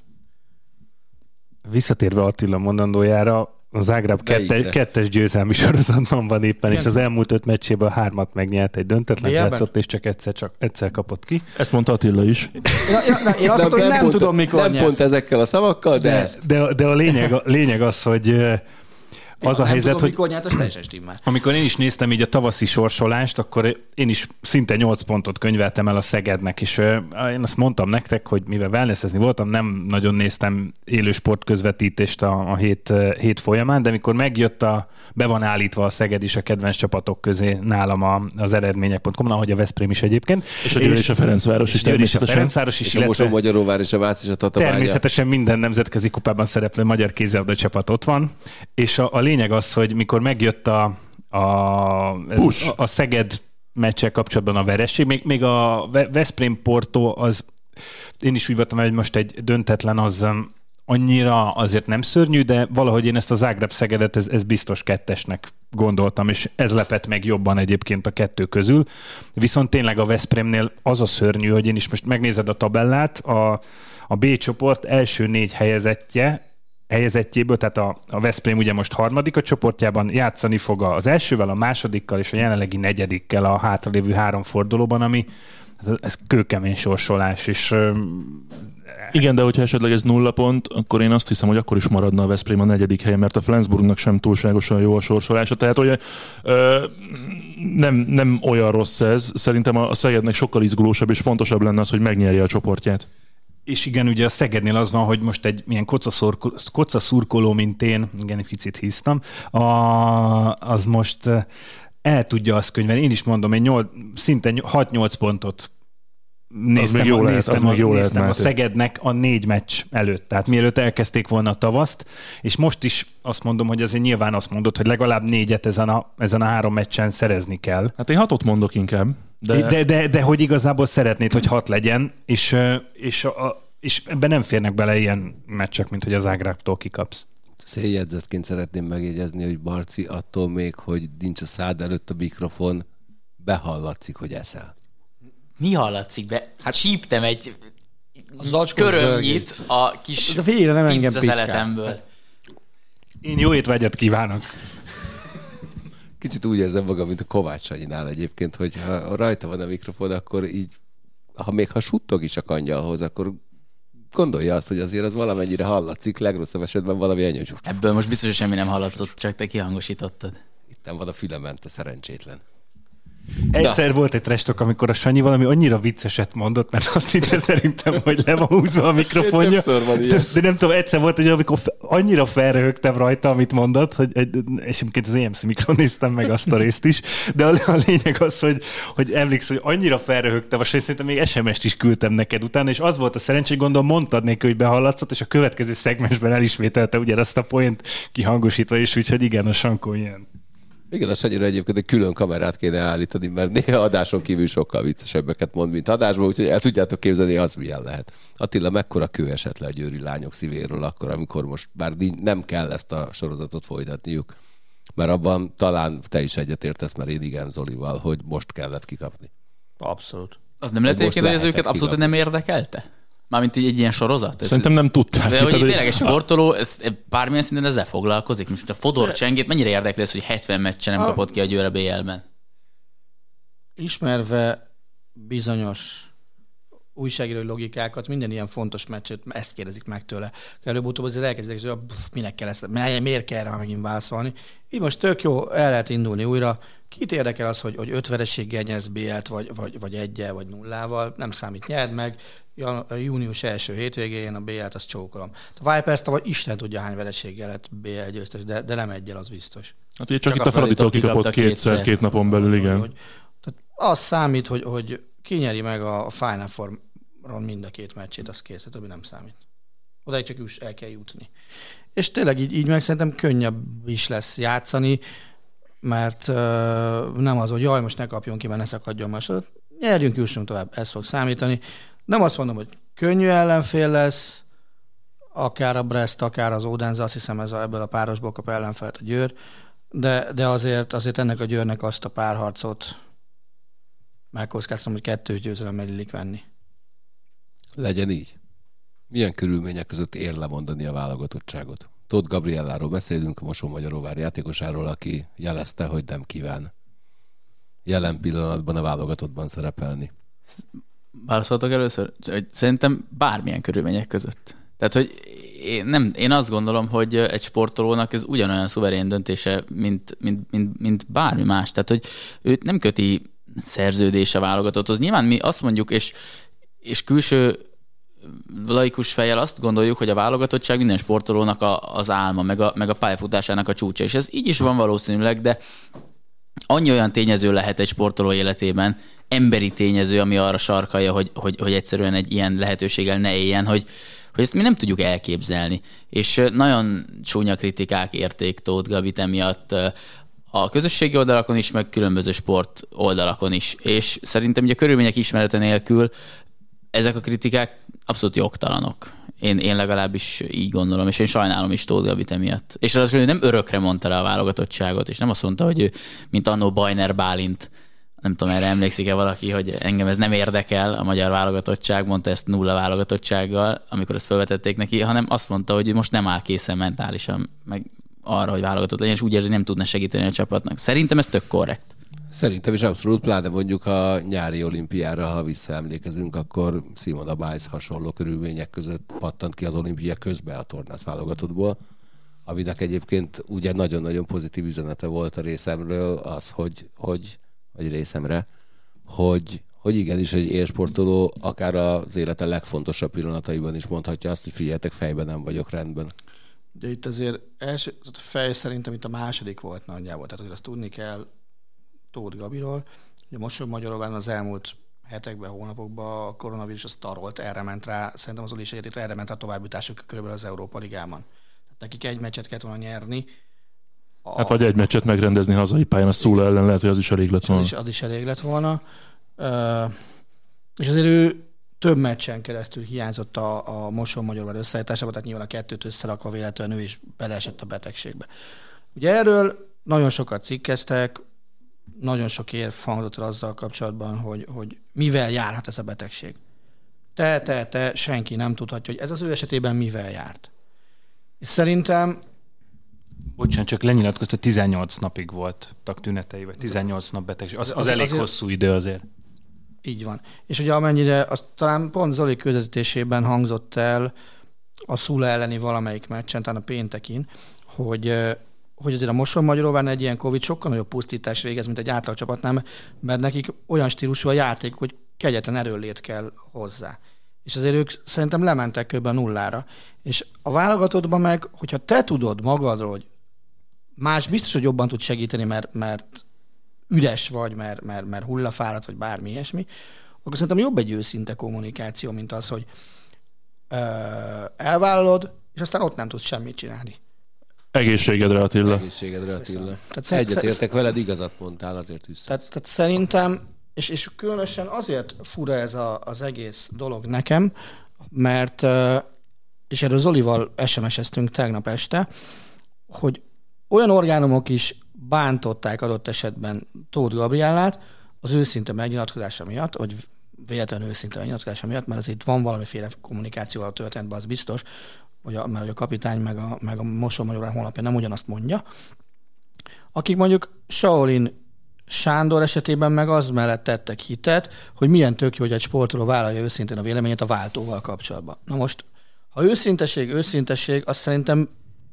Visszatérve Attila mondandójára, a Zágráb kette, kettes győzelmi sorozatban van éppen, igen. És az elmúlt öt meccséből hármat megnyert, egy döntetlen játszott, és csak egyszer, csak egyszer kapott ki.
Ezt mondta Attila is.
Én, én, én azt mondtam, hogy nem
pont,
tudom, mikor
Nem
nyert.
pont ezekkel a szavakkal, de, de ezt.
De, de a lényeg, a lényeg az, hogy az
ja,
a helyzet,
tudom,
hogy
mikor nyert, az teljesen stimmel.
Amikor én is néztem így a tavaszi sorsolást, akkor én is szinte nyolc pontot könyveltem el a Szegednek, és én azt mondtam nektek, hogy mivel wellnessezni voltam, nem nagyon néztem élő sportközvetítést a, a hét, hét folyamán, de mikor megjött a, be van állítva a Szeged is a kedvenc csapatok közé nálam a, az eredmények pont com, ahogy a Veszprém is egyébként.
És a Győr és a Ferencváros is természetesen.
A Ferencváros is,
és a Mosonmagyaróvár és a Vác és a Tatabánya.
Természetesen minden nemzetközi kupában szereplő magyar kézilabda csapat ott van, és a, a lényeg az, hogy mikor megjött a, a, ez, a, a Szeged meccsel kapcsolatban a vereség, még, még a Veszprém Porto, az én is úgy voltam, hogy most egy döntetlen, az annyira azért nem szörnyű, de valahogy én ezt a Zágráb Szegedet, ez, ez biztos kettesnek gondoltam, és ez lepett meg jobban egyébként a kettő közül. Viszont tényleg a Veszprémnél az a szörnyű, hogy én is most megnézed a tabellát, a, a B csoport első négy helyezettje, helyezettjéből, tehát a, a Veszprém ugye most harmadik a csoportjában, játszani fog az elsővel, a másodikkal és a jelenlegi negyedikkel a hátralévő három fordulóban, ami ez, ez kőkemény sorsolás, és
igen, de hogyha esetleg ez nulla pont, akkor én azt hiszem, hogy akkor is maradna a Veszprém a negyedik helyen, mert a Flensburgnak sem túlságosan jó a sorsolása. Tehát ugye, ö, nem, nem olyan rossz ez. Szerintem a Szegednek sokkal izgulósabb és fontosabb lenne az, hogy megnyerje a csoportját.
És igen, ugye a Szegednél az van, hogy most egy milyen kocaszurkoló, mint én, igen, egy picit hisztam, a, az most el tudja azt könyvelni. Én is mondom, én nyolc, szinte hat-nyolc pontot néztem,
jó
a,
lehet,
néztem, a,
jó
néztem
lehet,
a Szegednek a négy meccs előtt. Tehát mielőtt elkezdték volna a tavaszt, és most is azt mondom, hogy azért nyilván azt mondod, hogy legalább négyet ezen a, ezen a három meccsen szerezni kell.
Hát én hatot mondok inkább. De...
De, de, de hogy igazából szeretnéd, hogy hat legyen, és, és, a, és ebben nem férnek bele ilyen meccsek, mint hogy az Zágrábtól kikapsz.
Széljegyzetként szeretném megjegyezni, hogy Barci, attól még, hogy nincs a szád előtt a mikrofon, behallatszik, hogy eszel.
Mi hallatszik be? Hát síptem egy
körömnyit
a kis
pizza
szeletemből.
Én jó étvágyat kívánok!
Kicsit úgy érzem magam, mint a Kovács Sanyinál egyébként, hogy ha rajta van a mikrofon, akkor így, ha még ha suttog is a kangyalhoz, akkor gondolja azt, hogy azért az valamennyire hallatszik, legrosszabb esetben valami enyős.
Ebből most biztos, hogy semmi nem hallatszott, csak te kihangosítottad.
Itten van a fülement, a szerencsétlen.
Egyszer Na. volt egy trestok, amikor a Sanyi valami annyira vicceset mondott, mert azt hitte szerintem, hogy le van húzva a mikrofonja.
Többször van ilyen.
De nem tudom, egyszer volt, hogy amikor annyira felröhögtem rajta, amit mondott, hogy egy, és egyébként az é em cé mikron néztem meg azt a részt is, de a, a lényeg az, hogy, hogy emlékszem, hogy annyira felröhögtem, és szerintem még es em est is küldtem neked utána, és az volt a szerencsé, hogy gondolom mondtad neki, hogy behallatszott, és a következő szegmensben elismételte ugyanazt a point kihangosítva, és úgyhogy igen, a Sankó ilyen.
Igen, a Sanyira egyébként egy külön kamerát kéne állítani, mert néha adáson kívül sokkal viccesebbeket mond, mint adásban, úgyhogy el tudjátok képzelni, az milyen lehet. Attila, mekkora kő esett le a győri lányok szívéről akkor, amikor most bár nem kell ezt a sorozatot folytatniuk, mert abban talán te is egyetértesz, mert én igen Zolival, hogy most kellett kikapni.
Abszolút.
Az nem lehet egyébként, hogy ez őket abszolút nem érdekelte? Mármint egy ilyen sorozat?
Szerintem nem tudták.
De hogy tényleg egy sportoló, ez bármilyen szinten ezzel foglalkozik? Most a Fodor Csengét mennyire érdekli ez, hogy hetven meccsen nem kapott ki a Győr a bé el-ben?
Ismerve bizonyos újságírói logikákat, minden ilyen fontos meccset, ezt kérdezik meg tőle. Előbb-utóbb azért elkezdik, hogy pff, minek kell ezt, miért kell rá megint válaszolni. Így most tök jó, el lehet indulni újra. Kit érdekel az, hogy, hogy öt vereséggel nyersz bé el-t, vagy, vagy, vagy egyel, vagy nullával, nem számít, nyerd meg. A június első hétvégén a bé el-t azt csókolom. A Vipers tavaly Isten tudja hány vereséggel lett bé el győztes, de, de nem egyel, az biztos.
Hát ugye csak, csak itt a Fraditól kikapott kétszer, kétszer, két napon belül, igen.
Hogy, tehát az számít, hogy, hogy kinyeri meg a Final Four-on mind a két meccsét, az kész, a többi nem számít. Odaig csak el kell jutni. És tényleg így, így meg szerintem könnyebb is lesz játszani, mert uh, nem az, hogy jaj, most ne kapjon ki, mert ne szakadjon másodot. Nyerjünk, jussunk tovább, ez fog számítani. Nem azt mondom, hogy könnyű ellenfél lesz, akár a Brest, akár az Odense, azt hiszem ez a, ebből a párosból kap ellenfelt a Győr, de, de azért, azért ennek a Győrnek azt a párharcot megkockáztam, hogy kettős győzelemmel illik venni.
Legyen így. Milyen körülmények között ér lemondani a válogatottságot? Tóth Gabrielláról beszélünk, a Mosonmagyaróvár játékosáról, aki jelezte, hogy nem kíván jelen pillanatban a válogatottban szerepelni.
Válaszoltok először? Szerintem bármilyen körülmények között. Tehát, hogy én, nem, én azt gondolom, hogy egy sportolónak ez ugyanolyan szuverén döntése, mint, mint, mint, mint bármi más. Tehát, hogy őt nem köti szerződése válogatotthoz. Nyilván mi azt mondjuk, és, és külső laikus fejjel azt gondoljuk, hogy a válogatottság minden sportolónak a, az álma, meg a, meg a pályafutásának a csúcsa. És ez így is van valószínűleg, de annyi olyan tényező lehet egy sportoló életében, emberi tényező, ami arra sarkalja, hogy, hogy, hogy egyszerűen egy ilyen lehetőséggel ne éljen, hogy, hogy ezt mi nem tudjuk elképzelni. És nagyon csúnya kritikák érték Tóth Gabit emiatt a közösségi oldalakon is, meg különböző sport oldalakon is. És szerintem ugye a körülmények ismerete nélkül ezek a kritikák abszolút jogtalanok. Én, én legalábbis így gondolom, és én sajnálom is Tóth Gabit emiatt. És az, hogy nem örökre mondta le a válogatottságot, és nem azt mondta, hogy ő, mint annó Bajner Bálint, nem tudom, erre emlékszik-e valaki, hogy engem ez nem érdekel, a magyar válogatottság, mondta ezt nulla válogatottsággal, amikor ezt felvetették neki, hanem azt mondta, hogy most nem áll készen mentálisan, meg arra, hogy válogatott legyen, és úgy érzi, hogy nem tudna segíteni a csapatnak. Szerintem ez tök korrekt.
Szerintem is abszolút, pláne mondjuk a nyári olimpiára, ha visszaemlékezünk, akkor Simona Biles hasonló körülmények között pattant ki az olimpia közben a tornász válogatottból, aminek egyébként ugye nagyon-nagyon pozitív üzenete volt a részemről az, hogy, hogy vagy részemre, hogy, hogy igenis egy élsportoló akár az élete legfontosabb pillanataiban is mondhatja azt, hogy figyeljetek, fejben nem vagyok rendben.
De itt azért első, a fej szerintem itt a második volt nagyjából, tehát hogy azt tudni kell Tóth Gabiról. Ugye Mosonmagyaróván az elmúlt hetekben, hónapokban a koronavírus az tarolt, erre ment rá, szerintem az Ulis egyetét erre ment rá továbbjutásuk körülbelül az Európa Ligában. Tehát nekik egy meccset kellett volna nyerni. A...
Hát vagy egy meccset megrendezni hazai pályán, a Szula ellen lehet, hogy az is elég lett volna.
Az is, az is elég lett volna. Uh, és azért ő több meccsen keresztül hiányzott a, a Mosonmagyaróvár összeállításában, tehát nyilván a kettőt összerakva véletlenül ő is beleesett a betegségbe. Ugye erről nagyon sokat cikkeztek, nagyon sok érv hangzott el azzal kapcsolatban, hogy, hogy mivel járhat ez a betegség. Te, te, te, senki nem tudhatja, hogy ez az ő esetében mivel járt. És szerintem...
Bocsánat, csak lenyilatkozta, tizennyolc napig voltak tünetei, vagy tizennyolc nap betegség. Az, az, az elég azért, hosszú idő azért.
Így van. És ugye amennyire, az talán pont Zoli közvetítésében hangzott el a Szula elleni valamelyik meccsen, talán a péntekin, hogy... hogy azért a Mosonmagyaróván egy ilyen Covid sokkal nagyobb pusztítás végez, mint egy átlag csapatnál, mert nekik olyan stílusú a játék, hogy kegyetlen erőlét kell hozzá. És azért ők szerintem lementek kb. A nullára. És a válogatottban meg, hogyha te tudod magadról, hogy más biztos, hogy jobban tud segíteni, mert, mert üres vagy, mert, mert, mert hullafáradt, vagy bármi ilyesmi, akkor szerintem jobb egy őszinte kommunikáció, mint az, hogy ö, elvállalod, és aztán ott nem tudsz semmit csinálni.
Egészségedre, Attila.
Egészségedre, Attila. Egyetértek veled, igazat mondtál, azért vissza. Tehát,
tehát szerintem, és, és különösen azért fura ez a, az egész dolog nekem, mert, és erről Zolival es em es-eztünk tegnap este, hogy olyan orgánumok is bántották adott esetben Tóth Gabriellát az őszinte megnyilatkozása miatt, vagy véletlenül őszinte megnyilatkozása miatt, mert azért van valamiféle kommunikáció a történetben, az biztos, hogy a, mert a kapitány meg a, meg a Mosonmagyaróvár honlapja nem ugyanazt mondja, akik mondjuk Shaolin Sándor esetében meg az mellett tettek hitet, hogy milyen tök jó, hogy egy sportoló vállalja őszintén a véleményét a váltóval kapcsolatban. Na most, ha őszintesség, őszintesség, azt szerintem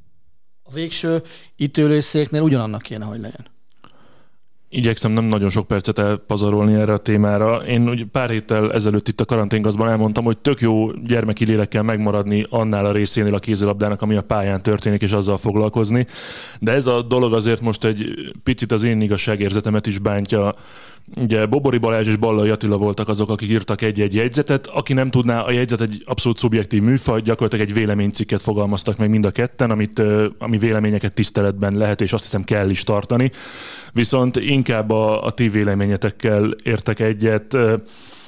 a végső ítélőszéknél ugyanannak kéne, hogy legyen.
Igyekszem nem nagyon sok percet elpazarolni erre a témára. Én ugye pár héttel ezelőtt itt a karanténgazban elmondtam, hogy tök jó gyermeki lélekkel megmaradni annál a részénél a kézilabdának, ami a pályán történik, és azzal foglalkozni. De ez a dolog azért most egy picit az én igazságérzetemet is bántja. Ugye Bobori Balázs és Ballai Attila voltak azok, akik írtak egy-egy jegyzetet. Aki nem tudná, a jegyzet egy abszolút szubjektív műfaj, gyakorlatilag egy véleménycikket fogalmaztak meg mind a ketten, amit, ami véleményeket tiszteletben lehet, és azt hiszem kell is tartani. Viszont inkább a, a ti véleményetekkel értek egyet.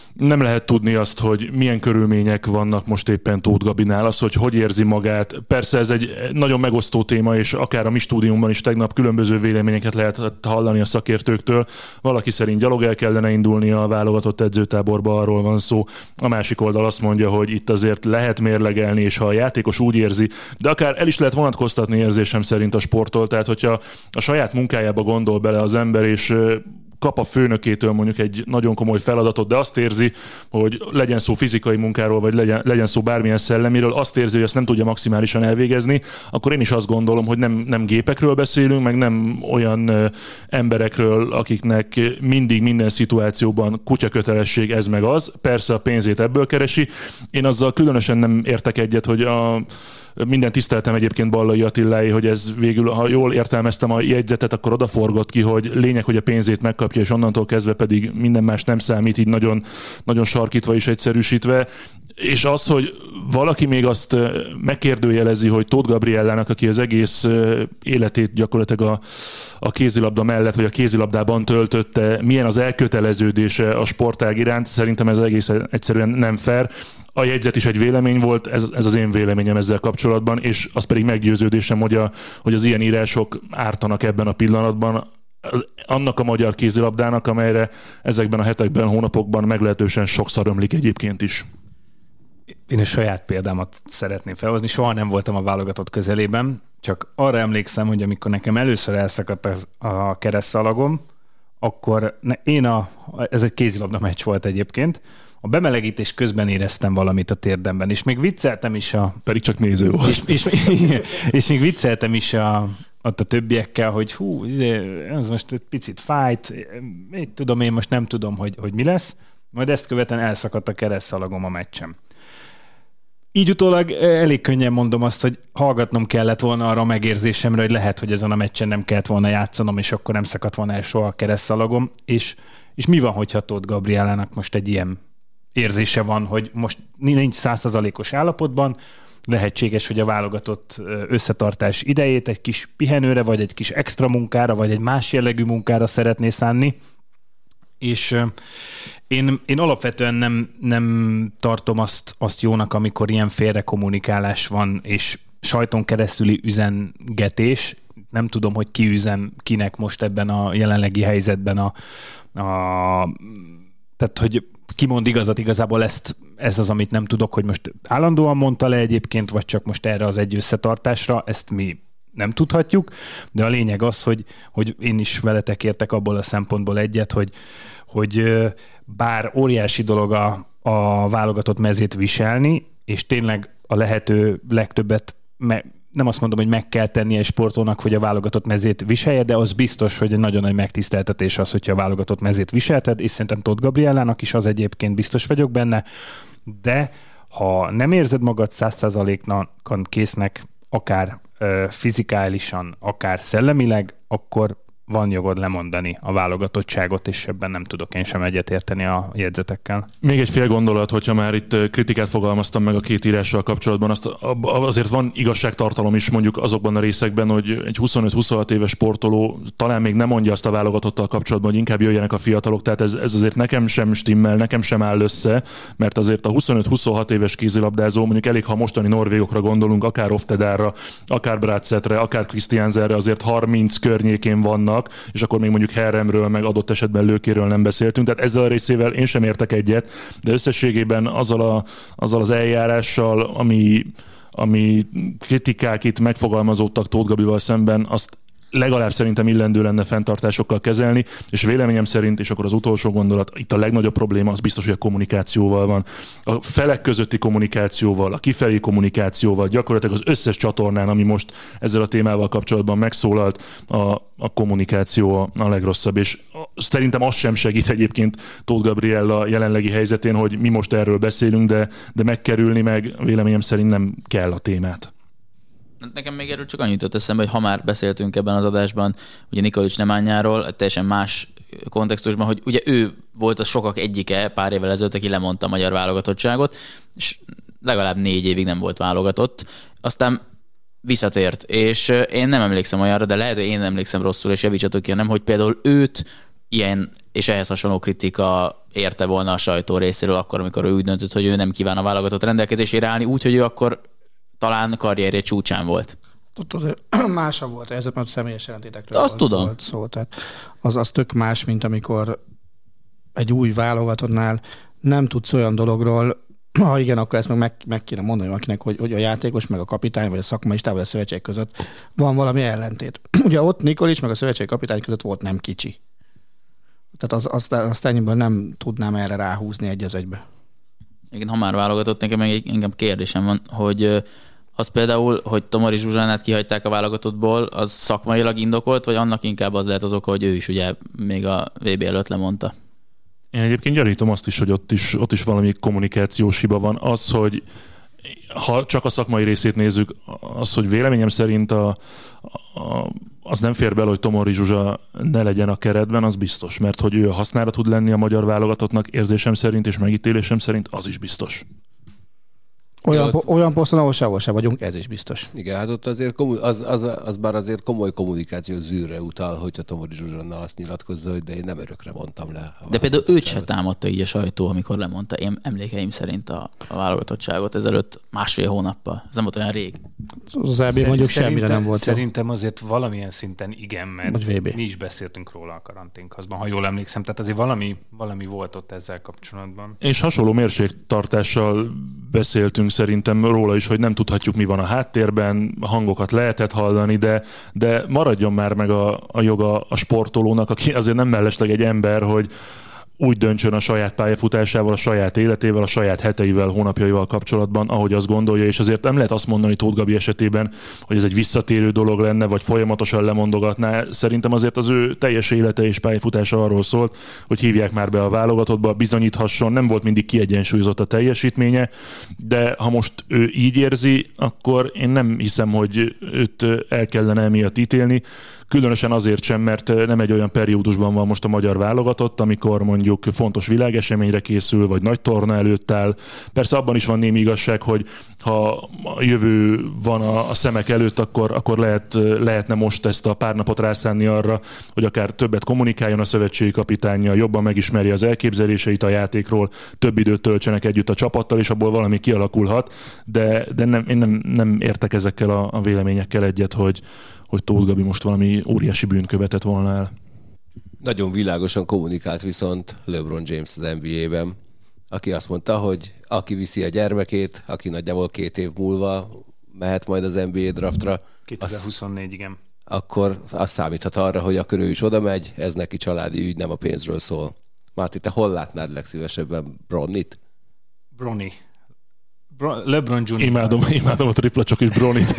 nem lehet tudni azt, hogy milyen körülmények vannak most éppen Tóth Gabinál, az, hogy hogy érzi magát. Persze ez egy nagyon megosztó téma, és akár a mi stúdiumban is tegnap különböző véleményeket lehet hallani a szakértőktől. Valaki szerint gyalog el kellene indulni a válogatott edzőtáborba, arról van szó. A másik oldal azt mondja, hogy itt azért lehet mérlegelni, és ha a játékos úgy érzi, de akár el is lehet vonatkoztatni érzésem szerint a sporttól, tehát hogyha a saját munkájába gondol bele az ember, és kap a főnökétől mondjuk egy nagyon komoly feladatot, de azt érzi, hogy legyen szó fizikai munkáról, vagy legyen, legyen szó bármilyen szellemiről, azt érzi, hogy ezt nem tudja maximálisan elvégezni, akkor én is azt gondolom, hogy nem, nem gépekről beszélünk, meg nem olyan ö, emberekről, akiknek mindig minden szituációban kutyakötelesség ez meg az. Persze a pénzét ebből keresi. Én azzal különösen nem értek egyet, hogy a minden tiszteltem egyébként Ballai Attiláé, hogy ez végül, ha jól értelmeztem a jegyzetet, akkor odaforgott ki, hogy lényeg, hogy a pénzét megkapja, és onnantól kezdve pedig minden más nem számít, így nagyon, nagyon sarkítva és egyszerűsítve. És az, hogy valaki még azt megkérdőjelezi, hogy Tóth Gabriellának, aki az egész életét gyakorlatilag a, a kézilabda mellett, vagy a kézilabdában töltötte, milyen az elköteleződése a sportág iránt, szerintem ez egész egyszerűen nem fair. A jegyzet is egy vélemény volt, ez, ez az én véleményem ezzel kapcsolatban, és az pedig meggyőződésem, hogy, a, hogy az ilyen írások ártanak ebben a pillanatban az, annak a magyar kézilabdának, amelyre ezekben a hetekben, hónapokban meglehetősen sokszor ömlik egyébként is.
Én a saját példámat szeretném felhozni, soha nem voltam a válogatott közelében, csak arra emlékszem, hogy amikor nekem először elszakadt az, a keresztszalagom, akkor ne, én a, ez egy kézilabda meccs volt egyébként, a bemelegítés közben éreztem valamit a térdemben, és még vicceltem is a...
Pedig csak néző volt.
És, és, és még vicceltem is a, ott a többiekkel, hogy hú, ez most egy picit fájt, mit tudom én, most nem tudom, hogy, hogy mi lesz, majd ezt követően elszakadt a keresztszalagom a meccsem. Így utólag elég könnyen mondom azt, hogy hallgatnom kellett volna arra a megérzésemre, hogy lehet, hogy ezen a meccsen nem kellett volna játszanom, és akkor nem szakadt volna el soha a keresztszalagom, és, és mi van, hogyha Tóth Gabriellának most egy ilyen érzése van, hogy most nincs száz százalékos állapotban, lehetséges, hogy a válogatott összetartás idejét egy kis pihenőre, vagy egy kis extra munkára, vagy egy más jellegű munkára szeretné szánni, és én, én alapvetően nem, nem tartom azt, azt jónak, amikor ilyen félrekommunikálás van, és sajton keresztüli üzengetés. Nem tudom, hogy ki üzen kinek most ebben a jelenlegi helyzetben a, a tehát, hogy ki mond igazat, igazából ezt, ez az, amit nem tudok, hogy most állandóan mondta le egyébként, vagy csak most erre az egy összetartásra, ezt mi nem tudhatjuk, de a lényeg az, hogy, hogy én is veletek értek abból a szempontból egyet, hogy, hogy bár óriási dolog a, a válogatott mezét viselni, és tényleg a lehető legtöbbet, me, nem azt mondom, hogy meg kell tennie egy sportolónak, hogy a válogatott mezét viselje, de az biztos, hogy egy nagyon nagy megtiszteltetés az, hogyha a válogatott mezét viselted, és szerintem Tóth Gabriellának is az egyébként biztos vagyok benne, de ha nem érzed magad száz százalékon késznek, akár ö, fizikálisan, akár szellemileg, akkor van jogod lemondani a válogatottságot, és ebben nem tudok én sem egyetérteni a jegyzetekkel.
Még egy fél gondolat, hogyha már itt kritikát fogalmaztam meg a két írással kapcsolatban, azt azért van igazságtartalom is mondjuk azokban a részekben, hogy egy huszonöt-huszonhat éves sportoló talán még nem mondja azt a válogatottal kapcsolatban, hogy inkább jöjjenek a fiatalok, tehát ez, ez azért nekem sem stimmel, nekem sem áll össze, mert azért a huszonöt-huszonhat éves kézilabdázó, mondjuk elég, ha mostani norvégokra gondolunk, akár Oftedárra, akár Bradsetre, akár Christiansenre, azért harminc környékén vannak, és akkor még mondjuk Herremről, meg adott esetben Lőkéről nem beszéltünk. Tehát ezzel a részével én sem értek egyet, de összességében azzal, a, azzal az eljárással, ami, ami kritikák itt megfogalmazódtak Tóth Gabival szemben, azt legalább szerintem illendő lenne fenntartásokkal kezelni, és véleményem szerint, és akkor az utolsó gondolat, itt a legnagyobb probléma az biztos, hogy a kommunikációval van. A felek közötti kommunikációval, a kifelé kommunikációval, gyakorlatilag az összes csatornán, ami most ezzel a témával kapcsolatban megszólalt, a, a kommunikáció a legrosszabb, és szerintem az sem segít egyébként Tóth Gabriella jelenlegi helyzetén, hogy mi most erről beszélünk, de, de megkerülni meg véleményem szerint nem kell a témát.
Nekem még erről csak annyit jutott eszembe, hogy ha már beszéltünk ebben az adásban, ugye Nikolics Nemányáról, teljesen más kontextusban, hogy ugye ő volt a sokak egyike pár évvel ezelőtt, aki lemondta a magyar válogatottságot, és legalább négy évig nem volt válogatott. Aztán visszatért, és én nem emlékszem olyanra, de lehet, hogy én emlékszem rosszul, és javítsatok ki, nem, hogy például őt ilyen és ehhez hasonló kritika érte volna a sajtó részéről akkor, amikor ő úgy döntött, hogy ő nem kíván a válogatott rendelkezésére állni, úgyhogy ő akkor talán karrierje csúcsán volt.
Ott azért másabb volt, ez a személyes jelentétekről
Azt tudom.
volt szó. Tehát az, az tök más, mint amikor egy új válogatottnál nem tudsz olyan dologról, ha igen, akkor ezt meg, meg, meg kéne mondani akinek, hogy, hogy a játékos, meg a kapitány, vagy a szakmai stáb, vagy a szövetség között van valami ellentét. Ugye ott Nikolic, meg a szövetség kapitány között volt nem kicsi. Tehát az, azt, azt ennyiből nem tudnám erre ráhúzni egy az egybe.
Igen, ha már válogatott, nekem meg engem kérdésem van, hogy az például, hogy Tomori Zsuzsánát kihagyták a válogatottból, az szakmailag indokolt, vagy annak inkább az lehet az oka, hogy ő is ugye még a vé bé előtt lemondta?
Én egyébként gyanítom azt is, hogy ott is, ott is valami kommunikációs hiba van. Az, hogy ha csak a szakmai részét nézzük, az, hogy véleményem szerint a, a, az nem fér bele, hogy Tomori Zsuzsa ne legyen a keretben, az biztos. Mert hogy ő hasznára tud lenni a magyar válogatottnak érzésem szerint és megítélésem szerint, az is biztos.
Olyan, ott, olyan poszton, ahol sehol sem vagyunk, ez is biztos.
Igen, hát ott azért komu- az, az, az már azért komoly kommunikáció zűrre utal, hogyha Tomori Zsuzsanna azt nyilatkozza, hogy de én nem örökre mondtam le.
De például őt se támadta így a sajtó, amikor lemondta. Én emlékeim szerint a, a válogatottságot ezelőtt másfél hónappal. Ez nem volt olyan rég.
Az é bé mondjuk semmire nem volt.
Szerintem azért valamilyen szinten igen, mert
vé bé.
Mi is beszéltünk róla a karanténkazban, ha jól emlékszem. Tehát azért valami, valami volt ott ezzel kapcsolatban.
És hasonló mérségtartással beszéltünk szerintem róla is, hogy nem tudhatjuk, mi van a háttérben, hangokat lehetett hallani, de, de maradjon már meg a, a joga a sportolónak, aki azért nem mellesleg egy ember, hogy úgy döntsön a saját pályafutásával, a saját életével, a saját heteivel, hónapjaival kapcsolatban, ahogy azt gondolja, és azért nem lehet azt mondani Tóth Gabi esetében, hogy ez egy visszatérő dolog lenne, vagy folyamatosan lemondogatná. Szerintem azért az ő teljes élete és pályafutása arról szólt, hogy hívják már be a válogatottba, bizonyíthasson, nem volt mindig kiegyensúlyozott a teljesítménye, de ha most ő így érzi, akkor én nem hiszem, hogy őt el kellene emiatt ítélni. Különösen azért sem, mert nem egy olyan periódusban van most a magyar válogatott, amikor mondjuk fontos világeseményre készül, vagy nagy torna előtt áll. Persze abban is van némi igazság, hogy ha a jövő van a, a szemek előtt, akkor, akkor lehet, lehetne most ezt a pár napot rászánni arra, hogy akár többet kommunikáljon a szövetségi kapitánnyal, jobban megismerje az elképzeléseit a játékról, több időt töltsenek együtt a csapattal, és abból valami kialakulhat. De, de nem, én nem, nem értek ezekkel a, a véleményekkel egyet, hogy hogy Tóth Gabi most valami óriási bűnt követett volna el.
Nagyon világosan kommunikált viszont LeBron James az en bé á-ben, aki azt mondta, hogy aki viszi a gyermekét, aki nagyjából két év múlva mehet majd az en bé á draftra,
kétezer-huszonnégy, az, igen.
Akkor azt számíthat arra, hogy akkor ő is oda megy, ez neki családi ügy, nem a pénzről szól. Márti, te hol látnád legszívesebben Bronnit?
Bronny. LeBron junior
Imádom, imádom a tripla csak is Bronit.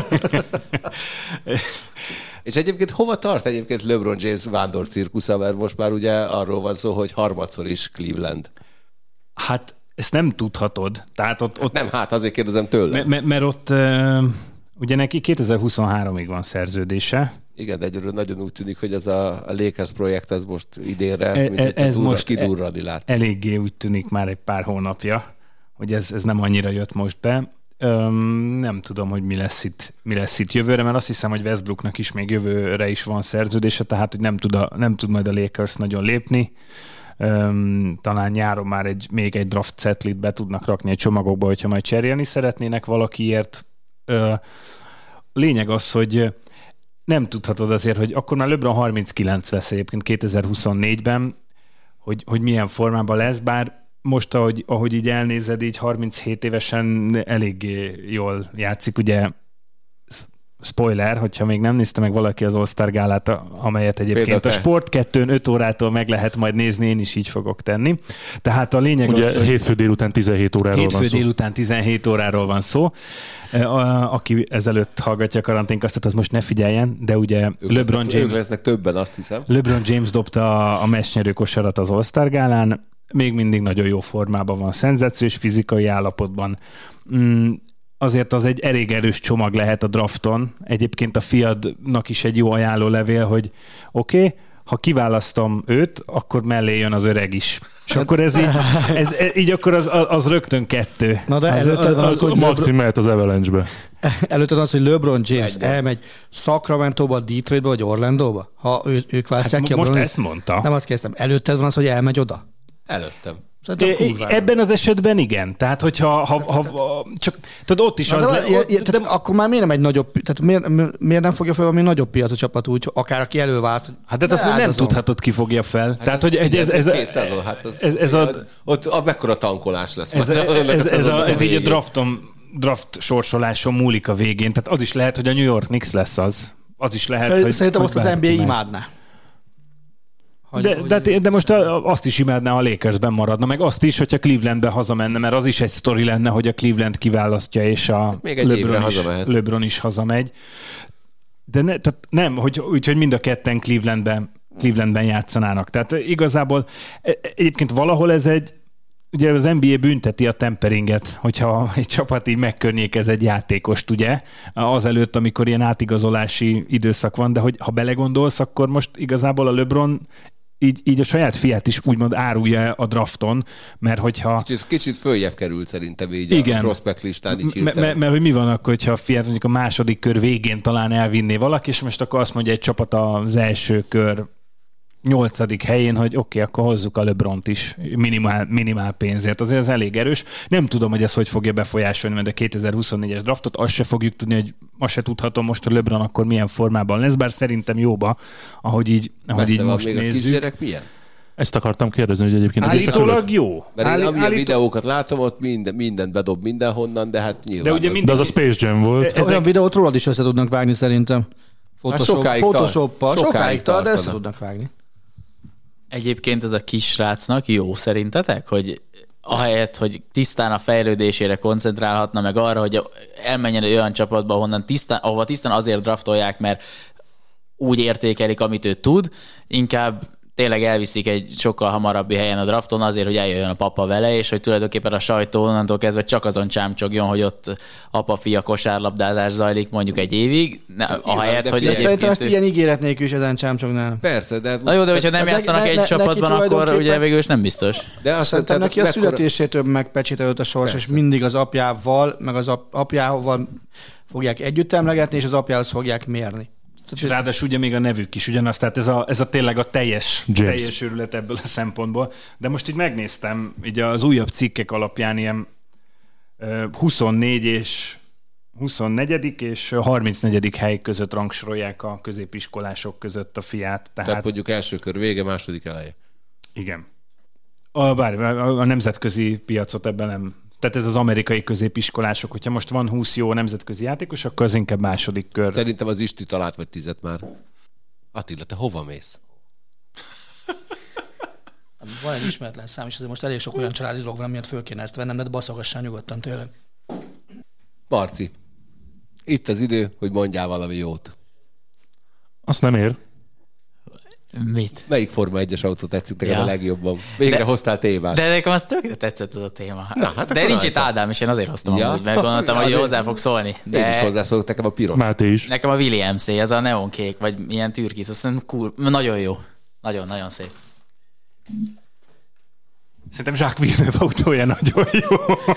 És egyébként hova tart egyébként LeBron James vándor cirkusza, mert most már ugye arról van szó, hogy harmadszor is Cleveland.
Hát ezt nem tudhatod. Tehát ott, ott
nem, hát azért kérdezem tőle.
Mert, mert ott uh, ugye neki kétezer-huszonháromig van szerződése.
Igen, de egyről nagyon úgy tűnik, hogy ez a, a Lakers projekt ez most idénre,
e,
mint
ez
durra,
most
kidurrani látszik.
Eléggé úgy tűnik már egy pár hónapja, hogy ez, ez nem annyira jött most be. Öm, nem tudom, hogy mi lesz, itt, mi lesz itt jövőre, mert azt hiszem, hogy Westbrooknak is még jövőre is van szerződése, tehát hogy nem tud, a, nem tud majd a Lakers nagyon lépni. Öm, talán nyáron már egy, még egy draft setlit be tudnak rakni egy csomagokba, hogyha majd cserélni szeretnének valakiért. Ö, lényeg az, hogy nem tudhatod azért, hogy akkor már LeBron harminckilenc lesz egyébként kétezer-huszonnégyben, hogy, hogy milyen formában lesz, bár most, ahogy, ahogy így elnézed, így harminchét évesen eléggé jól játszik, ugye spoiler, hogyha még nem nézte meg valaki az All-Star gálát, amelyet egyébként a Sport kettőn öt órától meg lehet majd nézni, én is így fogok tenni. Tehát a lényeg
ugye
az, hogy
hétfő délután tizenhét óráról
hétfő
van szó.
Hétfő délután tizenhét óráról van szó. A, aki ezelőtt hallgatja a karanténkasztot, az most ne figyeljen, de ugye
ők
LeBron
lesznek,
James...
Ők lesznek többen, azt hiszem.
LeBron James dobta a meccsnyerő kosarat az All-Star gálán, még mindig nagyon jó formában van, szenzációs fizikai állapotban. Mm, azért az egy elég erős csomag lehet a drafton. Egyébként a fiadnak is egy jó ajánlólevél, hogy oké, okay, ha kiválasztom őt, akkor mellé jön az öreg is. És akkor ez így, ez, így akkor az, az rögtön kettő.
Na de
az,
előtted van az,
az,
hogy
Maxim LeBron... mehet az Avalanche-be.
Előtted az, hogy LeBron James Egyben. elmegy Sacramento-ba, Detroitba vagy Orlandóba? Ha ő, ők választják
hát
ki a
most
Bronit?
ezt mondta.
Nem azt kezdtem. Előtted van az, hogy elmegy oda?
Előttem.
Ebben az esetben igen. Tehát, hogyha ha, ha, ha, csak tudod, ott is
Na,
az...
de,
le,
de,
ott,
de, tehát
de,
akkor már miért nem egy nagyobb, tehát miért, miért nem fogja fel valami nagyobb piacú csapat úgy, akár aki elővált?
Hát de azt nem tudhatod, ki fogja fel. Hát tehát, hogy ez... ez, ez, ez,
hát az,
ez, ez a,
ott a mekkora tankolás lesz.
Ez, ez, ez, ez, a, ez így a drafton, draft sorsoláson múlik a végén. Tehát az is lehet, hogy a New York Knicks lesz az. Az is lehet,
Szerint,
hogy...
Szerintem
hogy
azt az en bé á imádná.
Hogy, de, de, de, de most azt is imádná, ha a Lakersben maradna, meg azt is, hogyha Clevelandbe hazamenne, mert az is egy sztori lenne, hogy a Cleveland kiválasztja, és a hát
még egy
LeBron, is, LeBron is hazamegy. De ne, tehát nem, hogy, úgyhogy mind a ketten Clevelandben, Clevelandben játszanának. Tehát igazából egyébként valahol ez egy, ugye az en bé á bünteti a temperinget, hogyha egy csapat így megkörnyékez egy játékost, ugye, azelőtt, amikor ilyen átigazolási időszak van, de hogy ha belegondolsz, akkor most igazából a LeBron így, így a saját fiát is úgymond árulja a drafton, mert hogyha...
Kicsit, kicsit följebb került szerintem így
igen,
a prospect listán így
mert, mert, mert hogy mi van akkor, hogyha a fiát mondjuk a második kör végén talán elvinné valaki, és most akkor azt mondja egy csapat az első kör nyolcadik helyén, hogy oké, okay, akkor hozzuk a LeBront is minimál, minimál pénzért. Azért ez elég erős. Nem tudom, hogy ez hogy fogja befolyásolni, mert a kétezer-huszonnégyes draftot azt se fogjuk tudni, hogy azt se tudhatom most, a LeBron akkor milyen formában lesz, bár szerintem jóba, ahogy így, ahogy így most
még
nézzük.
A kisgyerek milyen?
Ezt akartam kérdezni, hogy egyébként...
Állítólag jó.
Mert én
Állí,
amilyen
állító...
videókat látom, ott minden, mindent bedob mindenhonnan, de hát nyilván...
De, ugye
az...
mindig...
de az a Space Jam volt.
Ezek... Olyan videót rólad is össze tudnak vágni szerintem. Photoshop,
hát sokáig
Photoshoppal,
tart,
sokáig tart, de össze
tartana.
tudnak vágni.
Egyébként ez a kisrácnak jó szerintetek, hogy ahelyett, hogy tisztán a fejlődésére koncentrálhatna, meg arra, hogy elmenjen egy olyan csapatba, ahonnan tisztán, ahova tisztán azért draftolják, mert úgy értékelik, amit ő tud, inkább tényleg elviszik egy sokkal hamarabbi helyen a drafton azért, hogy eljöjjön a papa vele, és hogy tulajdonképpen a sajtó onnantól kezdve csak azon csámcsogjon, hogy ott apa-fia kosárlabdázás zajlik mondjuk egy évig, ne, ahelyett, hogy
egyébként... Szerintem ezt ilyen ígéret nélkül is ezen csámcsognál.
Persze, de...
Na jó, de hogyha nem játszanak egy csapatban, akkor ugye végül is nem biztos.
De azt szerintem neki a születésétől megpecsételődött a sors, és mindig az apjával, meg az apjával fogják együtt emlegetni, és az apjához fogják mérni.
És ráadásul ugye még a nevük is ugyanaz, tehát ez a, ez a tényleg a teljes, teljes őrület ebből a szempontból. De most így megnéztem, így az újabb cikkek alapján ilyen huszonnégy és huszonnegyedik és harmincnegyedik hely között rangsorolják a középiskolások között a fiát. Tehát,
tehát mondjuk első kör vége, második eleje.
Igen. A, bár, a nemzetközi piacot ebben nem... Tehát ez az amerikai középiskolások, hogyha most van húsz jó nemzetközi játékos, akkor az inkább második kör.
Szerintem az Isti talált vagy tizet már. Attila, te hova mész?
Van egy ismeretlen szám, és azért most elég sok olyan családi dolog van, amiért föl kéne ezt vennem, de baszogassál nyugodtan tőle.
Marci, itt az idő, hogy mondjál valami jót.
Azt nem ér.
Mit?
Melyik Forma egyes autó tetszik neked
ja.
a legjobban? Végre
de,
hoztál témát.
De nekem az tökre tetszett az a téma.
Na, hát
de nincs itt Ádám, és én azért hoztam
ja.
amúgy, mert gondoltam, hogy hozzá fog szólni. De
én is hozzászólok, nekem a piros.
Máté is.
Nekem a Williams-é, ez a neonkék, vagy ilyen türkisz, azt hiszem cool, nagyon jó. Nagyon-nagyon szép.
Szerintem Jacques Villeneuve autója nagyon jó.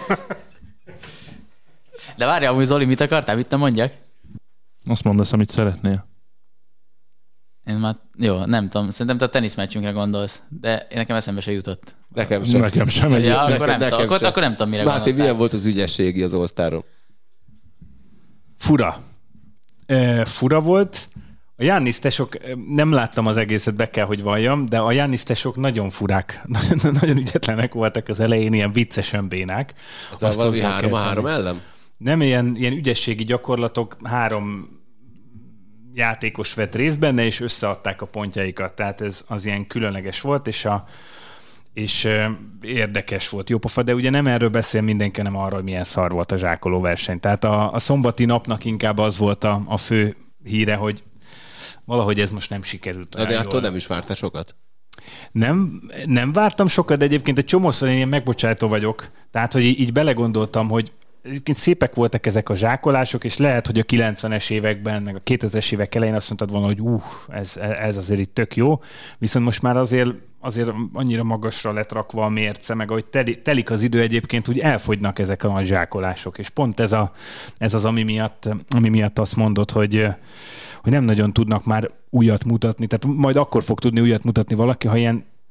De várjál, amúgy Zoli, mit akartál? Mit nem mondjak?
Azt mondasz, amit szeretnél.
Én már, jó, nem tudom, szerintem te a teniszmeccsünkre gondolsz, de nekem eszembe se jutott.
Nekem sem.
Nekem sem.
Ja, akkor,
nekem,
nem
nekem
tudom, akkor,
sem.
akkor nem tudom, mire
Máté,
gondoltál.
milyen volt az ügyességi az All-Staron?
Fura. E, fura volt. A Giannis tesok, nem láttam az egészet, be kell, hogy valljam, de a Giannis tesok nagyon furák, nagyon ügyetlenek voltak az elején, ilyen viccesen bénák.
Az a valami három a három ellen?
Nem, ilyen, ilyen ügyességi gyakorlatok, három játékos vett részt benne, és összeadták a pontjaikat, tehát ez az ilyen különleges volt, és, a, és uh, érdekes volt, jópofa, de ugye nem erről beszél mindenki, nem arról, hogy milyen szar volt a zsákoló verseny. Tehát a, a szombati napnak inkább az volt a, a fő híre, hogy valahogy ez most nem sikerült.
Na de attól nem is vártál sokat?
Nem, nem vártam sokat, de egyébként egy csomószor én ilyen megbocsátó vagyok. Tehát, hogy így belegondoltam, hogy egyébként szépek voltak ezek a zsákolások, és lehet, hogy a kilencvenes években, meg a kétezres évek elején azt mondtad volna, hogy uh, ez, ez azért itt tök jó, viszont most már azért, azért annyira magasra lett rakva a mérce, meg ahogy telik az idő egyébként, úgy elfogynak ezek a nagy zsákolások, és pont ez, a, ez az, ami miatt, ami miatt azt mondod, hogy hogy nem nagyon tudnak már újat mutatni, tehát majd akkor fog tudni újat mutatni valaki, ha ilyen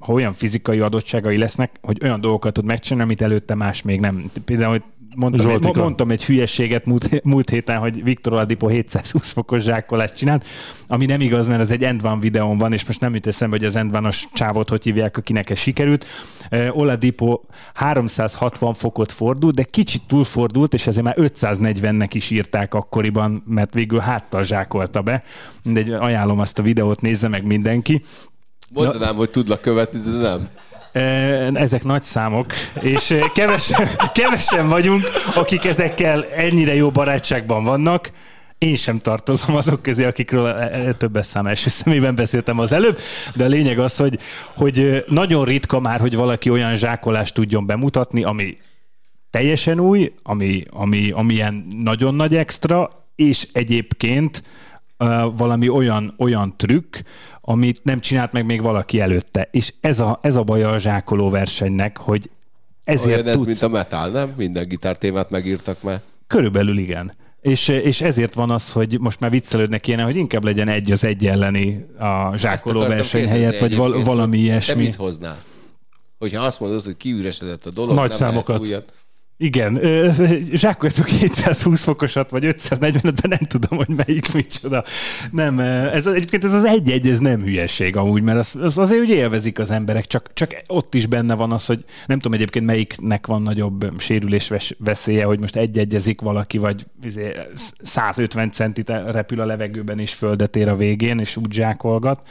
ha olyan fizikai adottságai lesznek, hogy olyan dolgokat tud megcsinálni, amit előtte más még nem. Például, hogy mondtam, egy, mondtam egy hülyeséget múlt, múlt héten, hogy Victor Oladipo hétszázhúsz fokos zsákolást csinált, ami nem igaz, mert ez egy End One videón van, és most nem jut eszembe, hogy az End One-os csávot hogy hívják, akinek ez sikerült. Uh, Oladipo háromszázhatvan fokot fordult, de kicsit túlfordult, és ezért már ötszáznegyvennek is írták akkoriban, mert végül háttal zsákolta be. Mindegy, ajánlom azt a videót, nézze meg mindenki.
Mondanám, hogy tudlak követni, de nem.
Ezek nagy számok, és kevesen, kevesen vagyunk, akik ezekkel ennyire jó barátságban vannak. Én sem tartozom azok közé, akikről többes szám első személyben beszéltem az előbb, de a lényeg az, hogy, hogy nagyon ritka már, hogy valaki olyan zsákolást tudjon bemutatni, ami teljesen új, ami, ami, ami ilyen nagyon nagy extra, és egyébként uh, valami olyan, olyan trükk, amit nem csinált meg még valaki előtte. És ez a, ez a baj a zsákoló versenynek, hogy ezért
olyan ez,
tudsz...
mint a metal, nem? Minden gitártémát megírtak már.
Körülbelül igen. És, és ezért van az, hogy most már viccelődnek kéne, hogy inkább legyen egy az egy elleni a zsákoló verseny helyett, vagy val- valami ilyesmi.
Te mit hoznál? Hogyha azt mondod, hogy kiüresedett a dolog,
nagy
nem
számokat.
Újat.
Igen, zsákoljatok hétszázhúsz fokosat, vagy ötszáznegyvenet, de nem tudom, hogy melyik micsoda. Nem, ez, egyébként ez az egy-egy, ez nem hülyeség amúgy, mert az, az azért úgy élvezik az emberek, csak, csak ott is benne van az, hogy nem tudom egyébként melyiknek van nagyobb sérülés veszélye, hogy most egy-egyezik valaki, vagy százötven centit repül a levegőben és földet ér a végén, és úgy zsákolgat.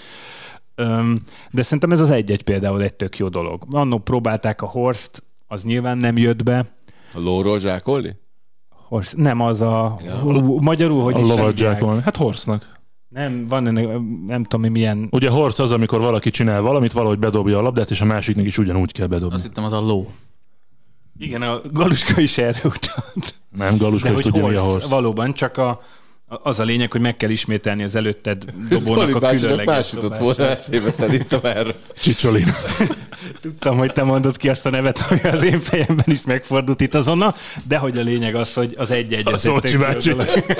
De szerintem ez az egy-egy például egy tök jó dolog. Annó próbálták a Horst, az nyilván nem jött be.
A lóról zsákolni?
Horst, nem az a...
Ja.
Magyarul, hogy
a
is
lovat zsákolni. Hát Horstnak.
Nem, van ennek, nem tudom, milyen...
Ugye Horst az, amikor valaki csinál valamit, valahogy bedobja a labdát, és a másiknak is ugyanúgy kell bedobni.
Azt hittem, az a ló.
Igen, a Galuska is erre utalt.
Nem, Galuska is tudja, mi a Horst.
Valóban, csak a, az a lényeg, hogy meg kell ismételni az előtted dobónak a különleges
más jutott volna eszébe szerintem erről.
Csicsolin.
Tudtam, hogy te mondod ki azt a nevet, ami az én fejemben is megfordult itt azonnal, de hogy a lényeg az, hogy az egy-egy...
A Szolcsi bácsi.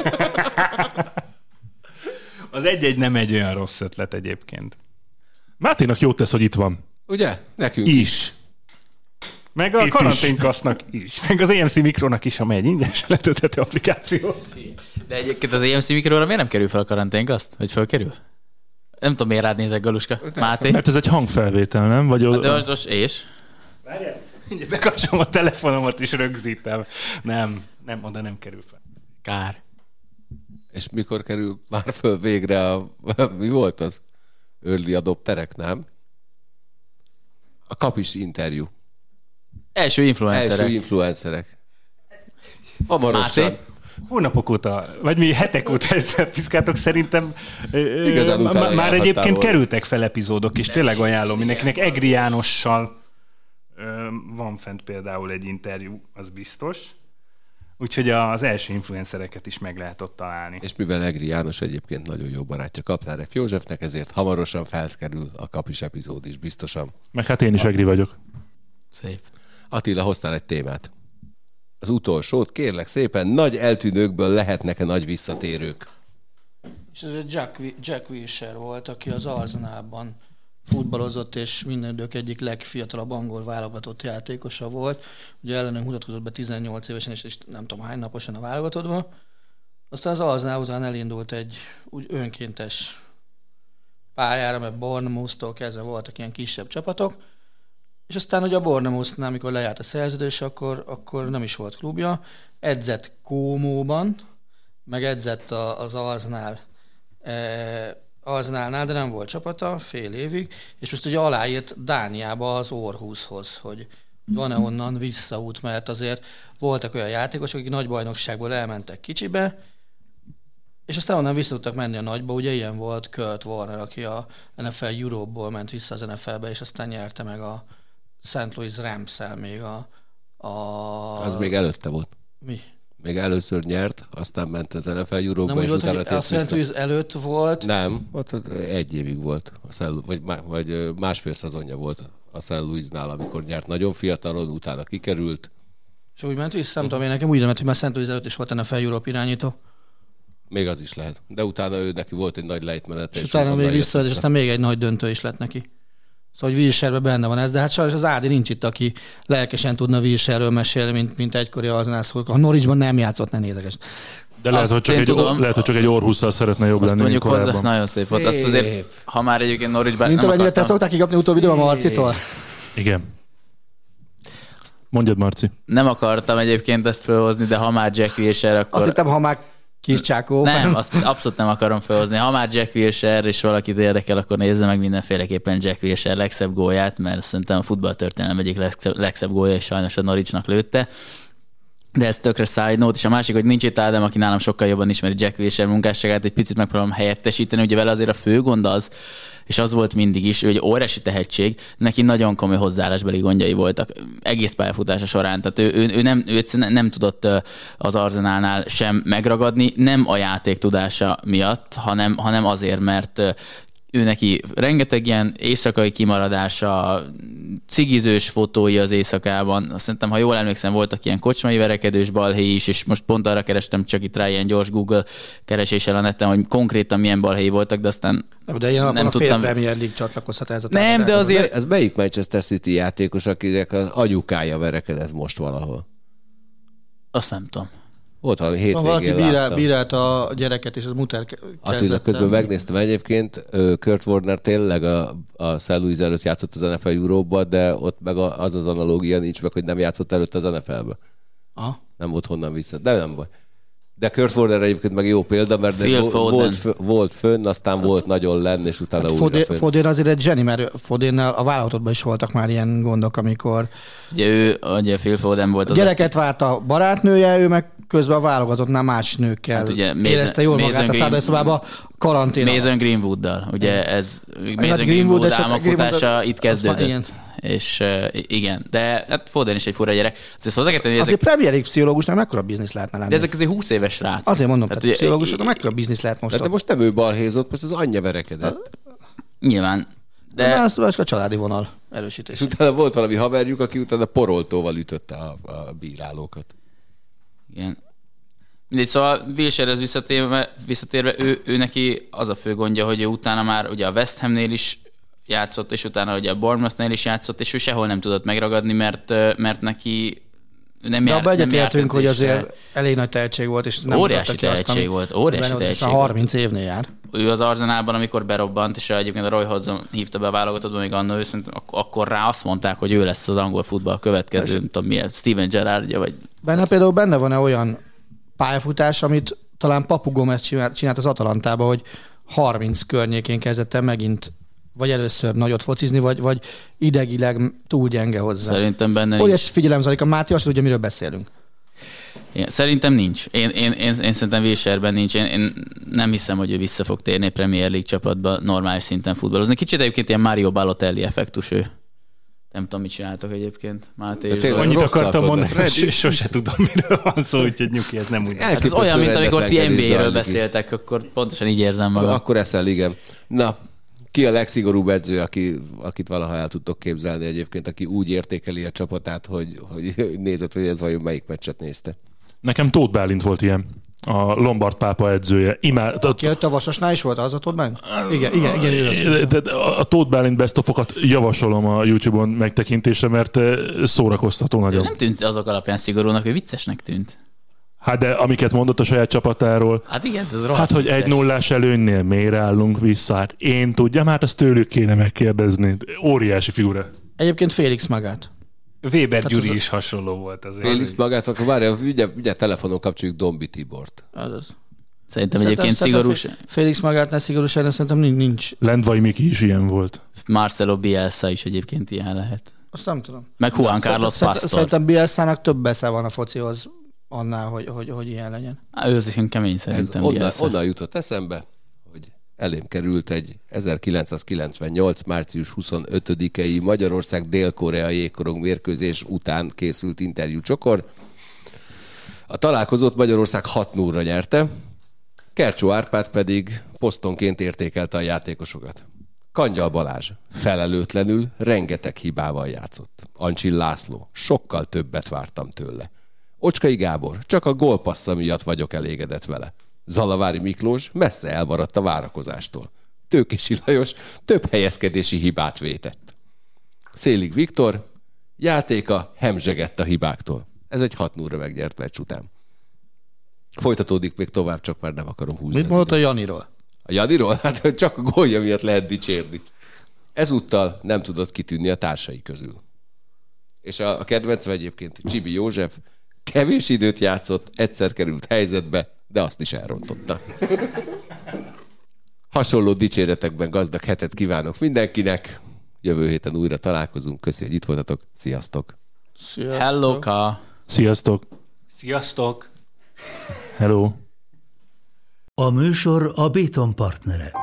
Az egy-egy nem egy olyan rossz ötlet egyébként.
Máténak jót tesz, hogy itt van.
Ugye? Nekünk
is.
Meg a
Itt
karanténkasznak is. is. Meg az é em cé Mikrónak is, amely egy ingyenesen letölthető applikáció.
De egyébként az é em cé Mikróra miért nem kerül fel a karanténkaszt? Vagy fölkerül? Nem tudom, miért rád nézek, Galuska. Máté?
Mert ez egy hangfelvétel, nem? Vagy
hát de most, most és?
Várjál, bekapcsolom a telefonomat és rögzítem. Nem, nem, oda nem kerül fel.
Kár.
És mikor kerül már föl végre a... Mi volt az? Early adopterek, nem? A kapis interjú.
Első influencerek.
Első influencerek. Hamarosan.
Máté?
Hónapok óta, vagy mi hetek óta ezzel piszkáltok, szerintem
Igazán
ö,
utána
már egyébként
volna.
kerültek fel epizódok, és tényleg ajánlom mindenkinek. Egri Jánossal ö, van fent például egy interjú, az biztos. Úgyhogy az első influencereket is meg lehet ott találni.
És mivel Egri János egyébként nagyon jó barátja Kaptár F. Józsefnek, ezért hamarosan felkerül a kapis epizód is biztosan.
Meg hát én is Egri vagyok.
Szép.
Attila, hoztál egy témát. Az utolsót, kérlek szépen, nagy eltűnőkből lehetnek-e nagy visszatérők?
És ez egy Jack, Jack Wilshere volt, aki az Arsenalban futballozott, és minden idők egyik legfiatalabb angol válogatott játékosa volt. Ugye ellenünk mutatkozott be tizennyolc évesen, és nem tudom hány naposan a válogatottban. Aztán az Arsenal után elindult egy úgy önkéntes pályára, mert Bournemouth-tól kezdve voltak ilyen kisebb csapatok, és aztán ugye a Bournemouth-nál, amikor lejárt a szerződés, akkor, akkor nem is volt klubja. Edzett Kómóban, meg edzett az Arsenal, eh, Arsenalnál, de nem volt csapata fél évig, és most ugye aláírt Dániába az Aarhushoz, hogy van-e onnan visszaút, mert azért voltak olyan játékosok, akik nagy bajnokságból elmentek kicsibe, és aztán onnan vissza tudtak menni a nagyba, ugye ilyen volt Kurt Warner, aki a en ef el Europe-ból ment vissza az en ef el-be, és aztán nyerte meg a Saint Louis Rams-el még a, a...
Az még előtte volt.
Mi?
Még először nyert, aztán ment az en ef el Europe-ba, és
volt,
utána tért
a Saint Louis előtt volt.
Nem, ott egy évig volt, a Saint, vagy, vagy másfél szezonja volt a Saint Louisnál, amikor nyert nagyon fiatalon, utána kikerült.
És úgy ment vissza, nem tudom, én nekem úgy ment, hogy már Saint Louis előtt is volt en ef el Europe irányító.
Még az is lehet. De utána ő neki volt egy nagy lejtmenete.
És, és utána még vissza, és aztán még egy nagy döntő is lett neki. Szóval, hogy Wilshere-ben benne van ez, de hát sajnos az Ádi nincs itt, aki lelkesen tudna Wilshere-ről mesélni, mint, mint egykori Arsenal szurkoló. Ha Norwichban nem játszott, ne nézeges.
De lehet, hogy csak, egy, tudom, lehet, hogy csak egy Orhusszal szeretne jobb lenni, mint korábban.
Hozzá, nagyon szép, szép volt. Azt azért, ha már egyébként Norwichban
mint
nem
amennyire
akartam...
te szoktál kikapni utóbbi időben a Marcitól?
Igen. Mondjad, Marci.
Nem akartam egyébként ezt felhozni, de ha már Jack Wilshere, akkor...
Azt hittem, ha már kis csákó.
Nem, azt abszolút nem akarom felhozni. Ha már Jack Wilshere és valakit érdekel, akkor nézze meg mindenféleképpen Jack Wilshere legszebb gólját, mert szerintem a futballtörténelem egyik legszebb, legszebb gólja, és sajnos a Norwichnak lőtte. De ez tökre side note, és a másik, hogy nincs itt Ádám, aki nálam sokkal jobban ismeri Jack Wilshere munkásságát, egy picit megpróbálom helyettesíteni, ugye vele azért a fő gond az, és az volt mindig is, ő egy óriási tehetség, neki nagyon komoly hozzáállásbeli gondjai voltak egész pályafutása során, tehát ő, ő, ő, nem, ő nem, nem tudott az Arsenalnál sem megragadni, nem a játék tudása miatt, hanem, hanem azért, mert ő neki rengeteg ilyen éjszakai kimaradása, cigizős fotói az éjszakában. Azt szerintem, ha jól emlékszem, voltak ilyen kocsmai verekedős balhéi is, és most pont arra kerestem csak itt rá ilyen gyors Google kereséssel a neten, hogy konkrétan milyen balhéi voltak, de aztán
de ilyen
nem
a
tudtam.
Fél Premier League csatlakozhat ez a
társadalom. Nem, de azért...
Ez melyik Manchester City játékos, akinek az anyukája verekedett most valahol?
Azt nem tudom.
Volt valami hétvégén
valaki bírál,
láttam.
bírált a gyereket, és az muter kezdett.
Attila, közben megnéztem egyébként, Kurt Warner tényleg a, a Saint Louis előtt játszott az en ef el Euróba, de ott meg az az analógia nincs meg, hogy nem játszott előtt az en ef elbe.
Aha.
Nem volt honnan vissza, de nem baj. De Kurt Warner egyébként meg jó példa, mert volt, fö, volt fönn, aztán hát, volt nagyon lenn, és utána hát újra
Fodén,
fönn.
Fodén azért egy zseni, mert Fodénnel a vállalatodban is voltak már ilyen gondok, amikor...
Ugye ő, ugye Phil Foden volt az...
Gyereket várt a barátnője, ő meg közben a válogatottnál más nőkkel. Hát ugye érezte jól magát a szállodaszobában karantén.
Mason Greenwooddal. Ugye ez Mason hát Greenwood, Greenwood álmokfutása itt kezdődött. És uh, igen, de hát Foden is egy fura gyerek. Azért hozzá kell tenni,
ezek... Azért Premier League pszichológusnak mekkora biznisz lehetne lenni.
De ezek azért húsz éves srác.
Azért mondom, tehát tehát pszichológusoknak mekkora biznisz lehet most.
De, de most nem ő balhézott, most az anyja verekedett.
Nyilván. De...
de ez a családi vonal erősítés.
És utána volt valami haverjuk, aki utána poroltóval ütötte a, a bírálókat.
Igen. Mindegy, szóval Wilshere-hez visszatérve, visszatérve ő, ő neki az a fő gondja, hogy ő utána már ugye a West Hamnél is játszott, és utána ugye a Bournemouthnél is játszott, és ő sehol nem tudott megragadni, mert, mert neki nem jár. De
abban egyetértünk, hogy azért elég nagy tehetség volt, és nem
óriási tehetség volt, óriási tehetség volt.
harminc évnél jár.
Ő az Arsenalban, amikor berobbant, és egyébként a Roy Hodgson hívta be a válogatottba, még annól ő akkor rá azt mondták, hogy ő lesz az angol futball következő, nem tudom milyen, Steven Gerrardja, vagy...
Benne például benne van-e olyan pályafutás, amit talán Papu Gomez csinált, csinált az Atalantában, hogy harminc környékén kezdett el megint vagy először nagyot focizni, vagy, vagy idegileg túl gyenge hozzá.
Szerintem benne nincs.
Óriási figyelem zajlik, a Máté azt tudja, miről beszélünk.
Igen, szerintem nincs. Én, én, én, én szerintem Wilshere-ben nincs. Én, én nem hiszem, hogy ő vissza fog térni Premier League csapatba normális szinten futballozni. Kicsit egyébként ilyen Mario Balotelli effektus ő. Nem tudom, mit csináltak egyébként, Máté.
Annyit akartam mondani, és sose tudom, miről van szó, úgyhogy nyuki, ez nem úgy.
Ez olyan, mint amikor ti en bé á-ről beszéltek, akkor pontosan így érzem magam.
Akkor eszel, igen. Na, ki a legszigorúbb edző, aki, akit valaha el tudtok képzelni egyébként, aki úgy értékeli a csapatát, hogy, hogy nézett, hogy ez vajon melyik meccset nézte?
Nekem Tóth Bálint volt ilyen, a Lombard pápa edzője. Imád...
Aki ott a Vasasnál is volt, az a Tóth Bálint? Igen, igen, igen. igen
de, de a Tóth Bálint best-of-okat javasolom a YouTube-on megtekintésre, mert szórakoztató nagyon.
Nem tűnt azok alapján szigorúnak, hogy viccesnek tűnt.
Hát de amiket mondott a saját csapatáról,
hát igen, ez rohadt
hát hogy
vicces.
egy nullás előnynél miért állunk vissza, hát én tudjam, hát azt tőlük kéne megkérdezni. Óriási figura.
Egyébként Félix magát.
Weber Gyuri az... is hasonló volt azért.
Félix magát, akkor várjál, ugye, ugye telefonon kapcsoljuk Dombi Tibort.
Azaz.
Szerintem, szerintem egyébként szigorús.
Félix magát ne szigorús, erre szerintem nincs.
Lendvai Miki is ilyen volt.
Marcelo Bielsa is egyébként ilyen lehet.
Azt nem tudom.
Meg Juan Carlos Pastor.
Szerintem Bielsának több esze van a focihoz annál, hogy, hogy, hogy ilyen legyen.
Há, ő az kemény szerintem.
Onnan, onnan jutott eszembe, hogy elém került egy ezerkilencszázkilencvennyolc. március huszonötödikei Magyarország Dél-Korea jégkorong mérkőzés után készült interjúcsokor. A találkozót Magyarország hat nullra nyerte, Kercsó Árpád pedig posztonként értékelte a játékosokat. Kangyal Balázs felelőtlenül rengeteg hibával játszott. Ancsil László, sokkal többet vártam tőle. Ocskai Gábor, csak a gólpassza miatt vagyok elégedett vele. Zalavári Miklós messze elmaradt a várakozástól. Tőkési Lajos több helyezkedési hibát vétett. Szélig Viktor, játéka hemzsegett a hibáktól. Ez egy hat nulla megnyert meccs után. Folytatódik még tovább, csak már nem akarom húzni.
Mit mondott a Janiról?
A Janiról? Hát csak a gólja miatt lehet dicsérni. Ezúttal nem tudott kitűnni a társai közül. És a, a kedvencem egyébként Csibi József kevés időt játszott, egyszer került helyzetbe, de azt is elrontotta. Hasonló dicséretekben gazdag hetet kívánok mindenkinek. Jövő héten újra találkozunk. Köszi, hogy itt voltatok. Sziasztok!
Sziasztok. Hello, ka!
Sziasztok!
Sziasztok!
Hello!
A műsor a Béton partnere.